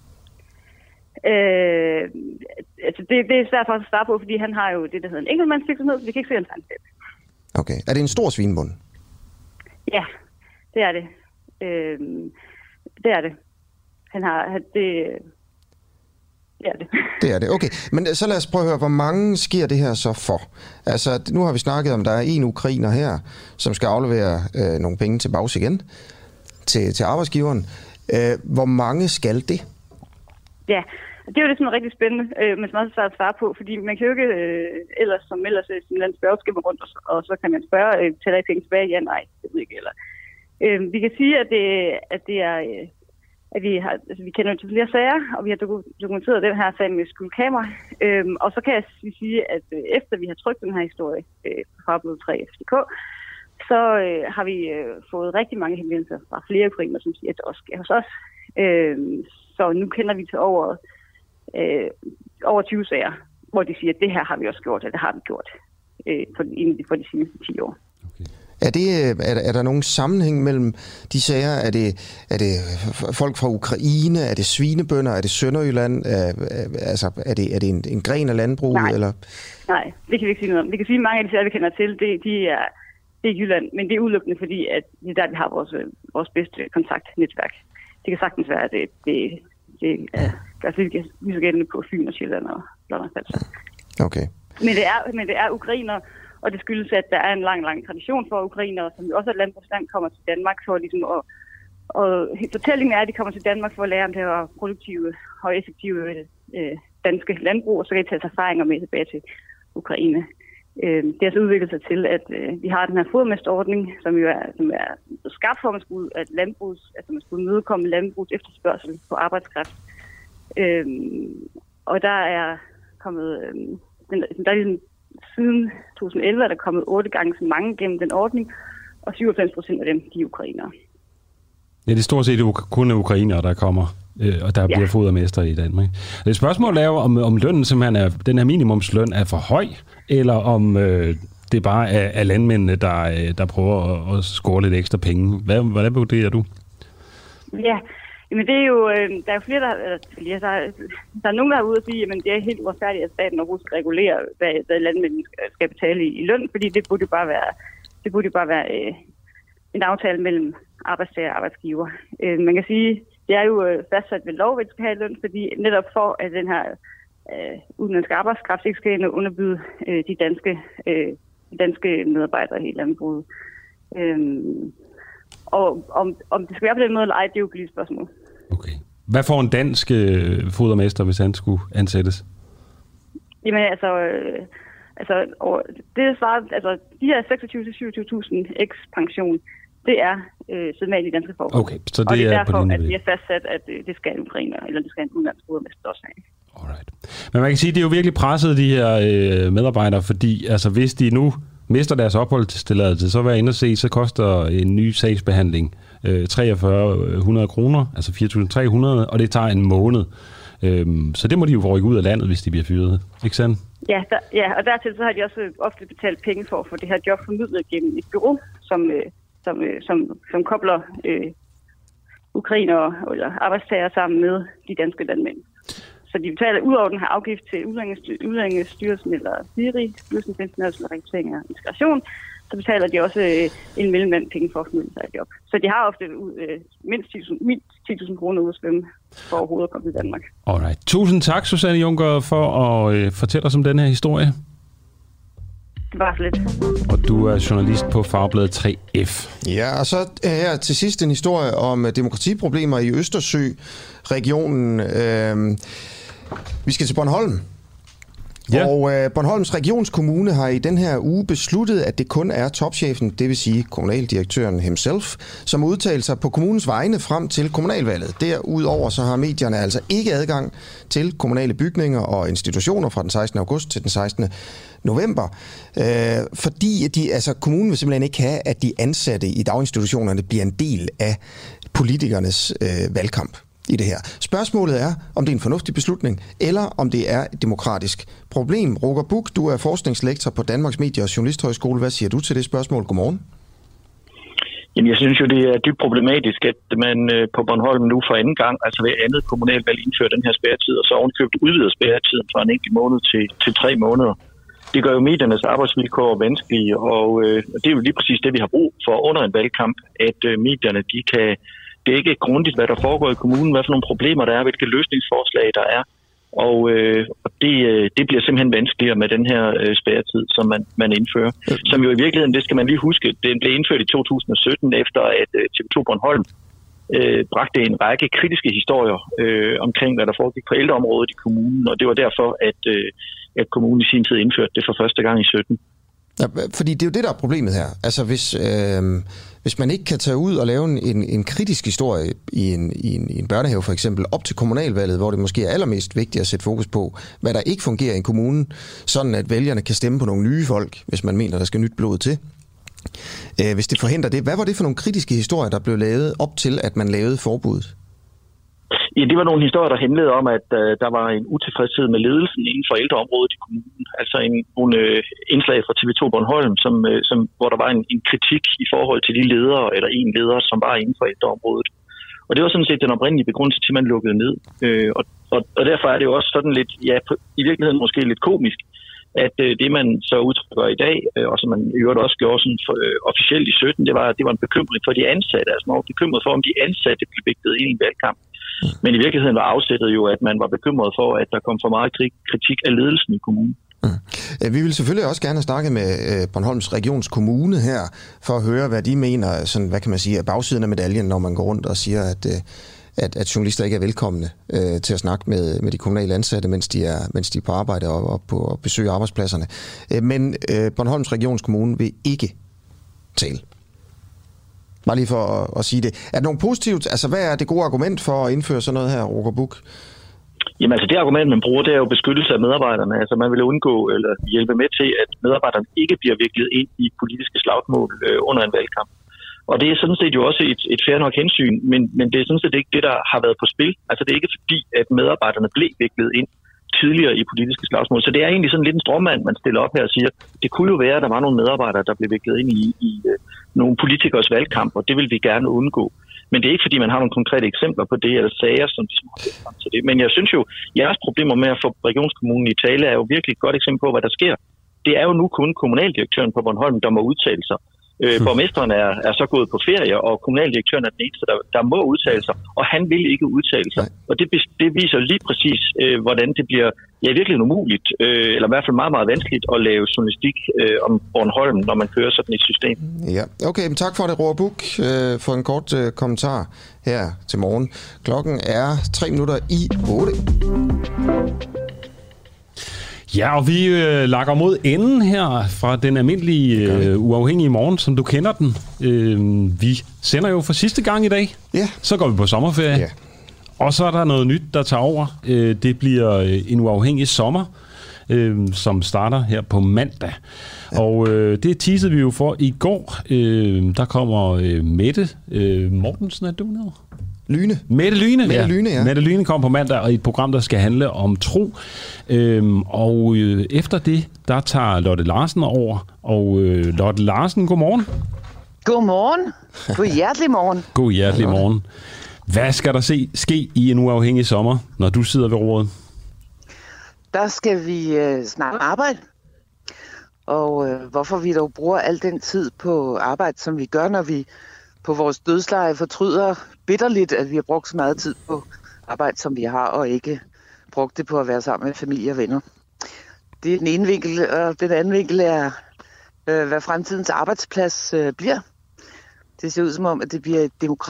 S7: Altså det er svært for at svare på, fordi han har jo det, der hedder en enkeltmandsvirksomhed, så vi kan ikke se hans ansat.
S1: Okay. Er det en stor svinebund?
S7: Ja, det er det. Det er det. Han har det. Det er det.
S1: Det er det, okay. Men så lad os prøve at høre, hvor mange sker det her så for? Altså, nu har vi snakket om, der er en ukrainer her, som skal aflevere nogle penge til bags igen til arbejdsgiveren. Hvor mange skal det?
S7: Ja, det er jo det, som er rigtig spændende, men som også er svært at svare på, fordi man kan jo ikke ellers spørge, skal man rundt, og så kan man spørge, tæller I penge tilbage? Ja, nej, det ved ikke, eller Vi kan sige, at det er... at vi kender til flere sager, og vi har dokumenteret den her sag med skjulkamera. Og så kan jeg sige, at efter vi har trykt den her historie på Fagbladet 3.dk, så har vi fået rigtig mange henvendelser fra flere ukrainere, som siger, at det også sker hos os. Så nu kender vi til over 20 sager, hvor de siger, at det her har vi også gjort, eller det har vi gjort for de seneste 10 år.
S1: Okay. Er der nogen sammenhæng mellem de sager? Er det folk fra Ukraine? Er det svinebønder? Er det Sønderjylland? Er det en gren af landbruget?
S7: Nej.
S1: Eller?
S7: Nej, det kan vi ikke sige noget om. Vi kan sige, at mange af de sager, vi kender til, det er Jylland, men det er udelukkende fordi, at det er der, vi har vores bedste kontaktnetværk. Det kan sagtens være, at det er lige så gældende på Fyn og Sjælland og Lolland-Falster.
S1: Okay.
S7: Men det er ukrainer, og det skyldes, at der er en lang tradition for ukrainere, som også er et landbrugsland, kommer til Danmark for ligesom og fortællingen er, at de kommer til Danmark for at lære om det her produktive og effektive danske landbrug, og så kan de tage erfaringer med tilbage til Ukraine. Det har så udviklet sig til, at vi har den her fodermesterordning, som er skabt for, at man skulle mødekomme landbrugets efterspørgsel på arbejdskraft. Og der er kommet, siden 2011 er der kommet 8 gange så mange gennem den ordning, og 97% af dem, de er ukrainere.
S2: Ja, det er stort set kun ukrainere, der kommer, og der bliver fodermester i Danmark. Det spørgsmål er jo, om lønnen simpelthen er, den her minimumsløn er for høj, eller om det bare er landmændene, der prøver at score lidt ekstra penge. Hvad vurderer du?
S7: Ja, men det er jo, der er jo flere, der er nogen, der er ude og sige, at det er helt uretfærdigt, at staten overhovedet skal regulere, hvad landmændene skal betale i løn, fordi det burde jo bare være en aftale mellem arbejdstager og arbejdsgiver. Man kan sige, det er jo fastsat ved lov, at de skal have løn, fordi netop for, at den her udenlandske arbejdskraft ikke skal underbyde de danske medarbejdere i landbruget. Og om det skal være på den måde eller ej, det er jo et politisk spørgsmål.
S2: Okay. Hvad får en dansk fodermester, hvis han skulle ansættes?
S7: Jamen det svarer, de her 26-27.000 eks-pension, det er sædvanlige danske forhold.
S2: Okay, så det
S7: og det er
S2: derfor,
S7: at vi har fastsat, at det skal en ukrainer, eller det skal en udenlandsk fodermester også have.
S2: Alright. Men man kan sige, at det er jo virkelig presset, de her medarbejdere, fordi altså, hvis de nu mister deres opholdstilladelse, så inde og se, så koster en ny sagsbehandling 4.300 kroner, altså 4.300, og det tager en måned. Så det må de jo rykke ud af landet, hvis de bliver fyret. Ikke sandt?
S7: Ja, og dertil så har de også ofte betalt penge for at få det her job formidlet gennem et bureau, som kobler ukrainere eller arbejdstagere sammen med de danske landmænd. Så de betaler ud over den her afgift til Udlændingestyrelsen eller SIRI, Styrelsen for International Rekruttering og Integration, så betaler de også en mellemmand penge for at formidle sig et job. Så de har ofte mindst 10.000 kroner ud at svømme for overhovedet at komme til Danmark.
S2: Alright. Tusind tak, Susanne Juncker, for at fortælle os om den her historie.
S7: Det var så lidt.
S2: Og du er journalist på Fagbladet 3F.
S1: Ja, og så her til sidst en historie om demokratiproblemer i Østersø-regionen. Vi skal til Bornholm. Ja. Og Bornholms Regionskommune har i den her uge besluttet, at det kun er topchefen, det vil sige kommunaldirektøren himself, som udtaler sig på kommunens vegne frem til kommunalvalget. Derudover så har medierne altså ikke adgang til kommunale bygninger og institutioner fra den 16. august til den 16. november, fordi kommunen vil simpelthen ikke have, at de ansatte i daginstitutionerne bliver en del af politikernes valgkamp i det her. Spørgsmålet er, om det er en fornuftig beslutning, eller om det er et demokratisk problem. Roger Buch, du er forskningslektor på Danmarks Medie- og Journalisthøjskole. Hvad siger du til det spørgsmål? Godmorgen.
S8: Jamen, jeg synes jo, det er dybt problematisk, at man på Bornholm nu for anden gang, altså ved andet kommunalvalg, indfører den her spærretid, og så ovenkøbt udvider spærretiden fra en enkelt måned til 3 måneder. Det gør jo mediernes arbejdsvilkår vanskelige, og det er jo lige præcis det, vi har brug for under en valgkamp, at medierne, de kan dække grundigt, hvad der foregår i kommunen, hvad for nogle problemer der er, hvilke løsningsforslag der er, og det bliver simpelthen vanskeligere med den her spærretid, som man indfører. Som jo i virkeligheden, det skal man lige huske, den blev indført i 2017, efter at TV2 Bornholm bragte en række kritiske historier omkring, hvad der foregik på ældreområdet i kommunen, og det var derfor, at kommunen i sin tid indførte det for første gang i 17.
S1: Ja, fordi det er jo det, der er problemet her. Altså hvis man ikke kan tage ud og lave en kritisk historie i en børnehave for eksempel, op til kommunalvalget, hvor det måske er allermest vigtigt at sætte fokus på, hvad der ikke fungerer i en kommune, sådan at vælgerne kan stemme på nogle nye folk, hvis man mener, der skal nyt blod til. Hvis det forhindrer det, hvad var det for nogle kritiske historier, der blev lavet op til, at man lavede forbuddet?
S8: Ja, det var nogle historier, der handlede om, at der var en utilfredshed med ledelsen inden for ældreområdet i kommunen. Altså nogle indslag fra TV2 Bornholm, hvor der var en kritik i forhold til de ledere, eller en leder, som var inden for ældreområdet. Og det var sådan set den oprindelige begrundelse til, at man lukkede ned. Og derfor er det jo også sådan lidt, ja, i virkeligheden måske lidt komisk, at det man så udtrykker i dag, og som man i øvrigt også gjorde sådan officielt i 17, det var en bekymring for de ansatte. Altså man var bekymret for, om de ansatte blev vægtet ind i en valgkamp. Men i virkeligheden var afsættet jo, at man var bekymret for, at der kom for meget kritik af ledelsen i kommunen.
S1: Vi vil selvfølgelig også gerne snakke med Bornholms Regions Kommune her, for at høre, hvad de mener, sådan, hvad kan man sige, af bagsiden af medaljen, når man går rundt og siger, at journalister ikke er velkomne til at snakke med de kommunale ansatte, mens de er på arbejde og på besøg arbejdspladserne. Men Bornholms Regions Kommune vil ikke tale. Bare lige for at sige det. Er der nogle positivt? Altså, hvad er det gode argument for at indføre sådan noget her, Roger Buch?
S8: Jamen altså, det argument, man bruger, det er jo beskyttelse af medarbejderne. Altså, man vil undgå eller hjælpe med til, at medarbejderne ikke bliver viklet ind i politiske slagmål under en valgkamp. Og det er sådan set jo også et fair nok hensyn, men det er sådan set ikke det, der har været på spil. Altså, det er ikke fordi, at medarbejderne blev viklet ind tidligere i politiske slagsmål. Så det er egentlig sådan lidt en stråmand, man stiller op her og siger, det kunne jo være, at der var nogle medarbejdere, der blev viklet ind i nogle politikers valgkamp, og det vil vi gerne undgå. Men det er ikke, fordi man har nogle konkrete eksempler på det, eller sager, som de har frem til det. Men jeg synes jo, jeres problemer med at få regionskommunen i tale er jo virkelig et godt eksempel på, hvad der sker. Det er jo nu kun kommunaldirektøren på Bornholm, der må udtale sig. Borgmesteren er så gået på ferie, og kommunaldirektøren er den eneste, der må udtale sig, og han vil ikke udtale sig. Og det viser lige præcis, hvordan det bliver virkelig umuligt, eller i hvert fald meget, meget vanskeligt at lave journalistik om Bornholm, når man kører sådan et system.
S1: Ja, okay, men tak for det, Roger Buch, for en kort kommentar her til morgen. Klokken er 7:03.
S2: Ja, og vi lakker mod enden her fra den almindelige uafhængige morgen, som du kender den. Vi sender jo for sidste gang i dag.
S1: Ja.
S2: Så går vi på sommerferie. Ja. Og så er der noget nyt, der tager over. Det bliver en uafhængig sommer, som starter her på mandag. Ja. Og det teasede vi jo for i går. Der kommer Mette Mortensen, er du nede? Mette Lyne, ja. Mette Lyne kommer på mandag og i et program, der skal handle om tro. Og efter det, der tager Lotte Larsen over. Og Lotte Larsen, godmorgen.
S9: Godmorgen. God hjertelig morgen.
S2: God hjertelig morgen. Hvad skal der ske i en uafhængig sommer, når du sidder ved roret?
S9: Der skal vi snakke arbejde. Og hvorfor vi dog bruger al den tid på arbejde, som vi gør, når vi på vores dødsleje fortryder bitterligt, at vi har brugt så meget tid på arbejde, som vi har, og ikke brugt det på at være sammen med familie og venner. Det er den ene vinkel, og den anden vinkel er, hvad fremtidens arbejdsplads bliver. Det ser ud som om, at det bliver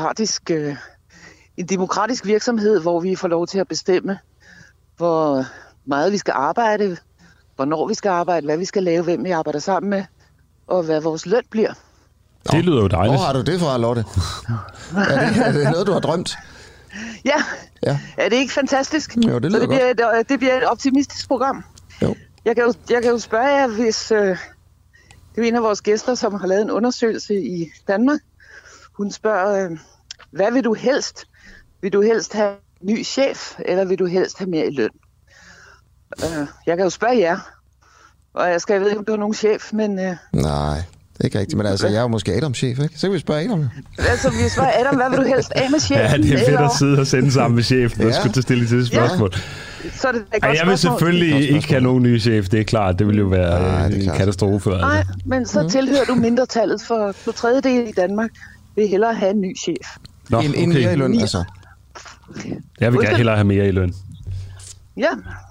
S9: en demokratisk virksomhed, hvor vi får lov til at bestemme, hvor meget vi skal arbejde, hvornår vi skal arbejde, hvad vi skal lave, hvem vi arbejder sammen med, og hvad vores løn bliver.
S2: Det lyder jo dejligt.
S1: Hvor har du det fra, Lotte? er det noget, du har drømt?
S9: Ja. Er det ikke fantastisk?
S1: Jo, det lyder
S9: godt. Det bliver et optimistisk program.
S1: Jo.
S9: Jeg kan jo spørge jer, hvis det er en af vores gæster, som har lavet en undersøgelse i Danmark. Hun spørger, hvad vil du helst? Vil du helst have en ny chef, eller vil du helst have mere i løn? Jeg kan jo spørge jer. Og jeg ved ikke, om du er nogen chef, men...
S1: Nej. Det er ikke rigtigt, men altså, jeg er jo måske Adams chef, ikke? Så kan vi spørge Adam.
S9: Altså, vi spørger Adam, hvad vil du helst af med chefen?
S2: Ja, det er fedt at sidde og sende sammen med chefen, der skulle tage stilling til det spørgsmål.
S9: Ja. Så er det et godt
S2: jeg vil selvfølgelig ikke have nogen ny chef, det er klart. Det vil jo være en katastrofe. Altså.
S9: Nej, men så tilhører du mindretallet, for 2/3 i Danmark vil hellere have en ny chef.
S2: Nå, okay.
S1: En mere i løn, altså.
S2: Jeg vil gerne hellere have mere i løn.
S9: Ja.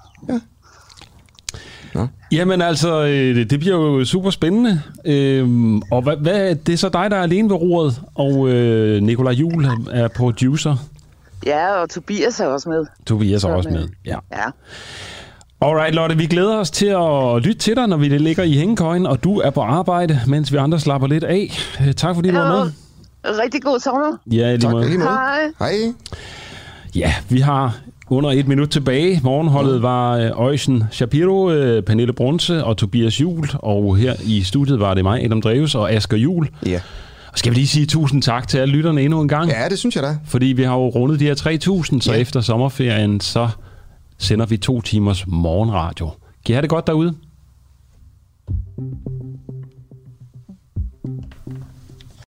S2: Nå. Jamen altså, det bliver jo super spændende. Og hvad det er så dig, der er alene ved roret, og Nikolaj Juhl er producer.
S9: Ja, og Tobias er også med.
S2: Tobias er også med, ja.
S9: Ja.
S2: Alright, Lotte, vi glæder os til at lytte til dig, når vi ligger i hængekøjen, og du er på arbejde, mens vi andre slapper lidt af. Tak fordi du var med.
S9: Rigtig god sommer.
S2: Ja, lige
S1: Tak,
S2: måde.
S1: lige måde.
S9: Hej.
S1: Hej.
S2: Ja, vi har under 1 minut tilbage. Morgenholdet var Øjsen Shapiro, Pernille Brunse og Tobias Juhl. Og her i studiet var det mig, Adam Dreves og Asger Juhl.
S1: Ja.
S2: Og skal vi lige sige tusind tak til alle lytterne endnu en gang?
S1: Ja, det synes jeg da.
S2: Fordi vi har jo rundet de her 3.000, så efter sommerferien, så sender vi 2 timers morgenradio. Kan I have det godt derude?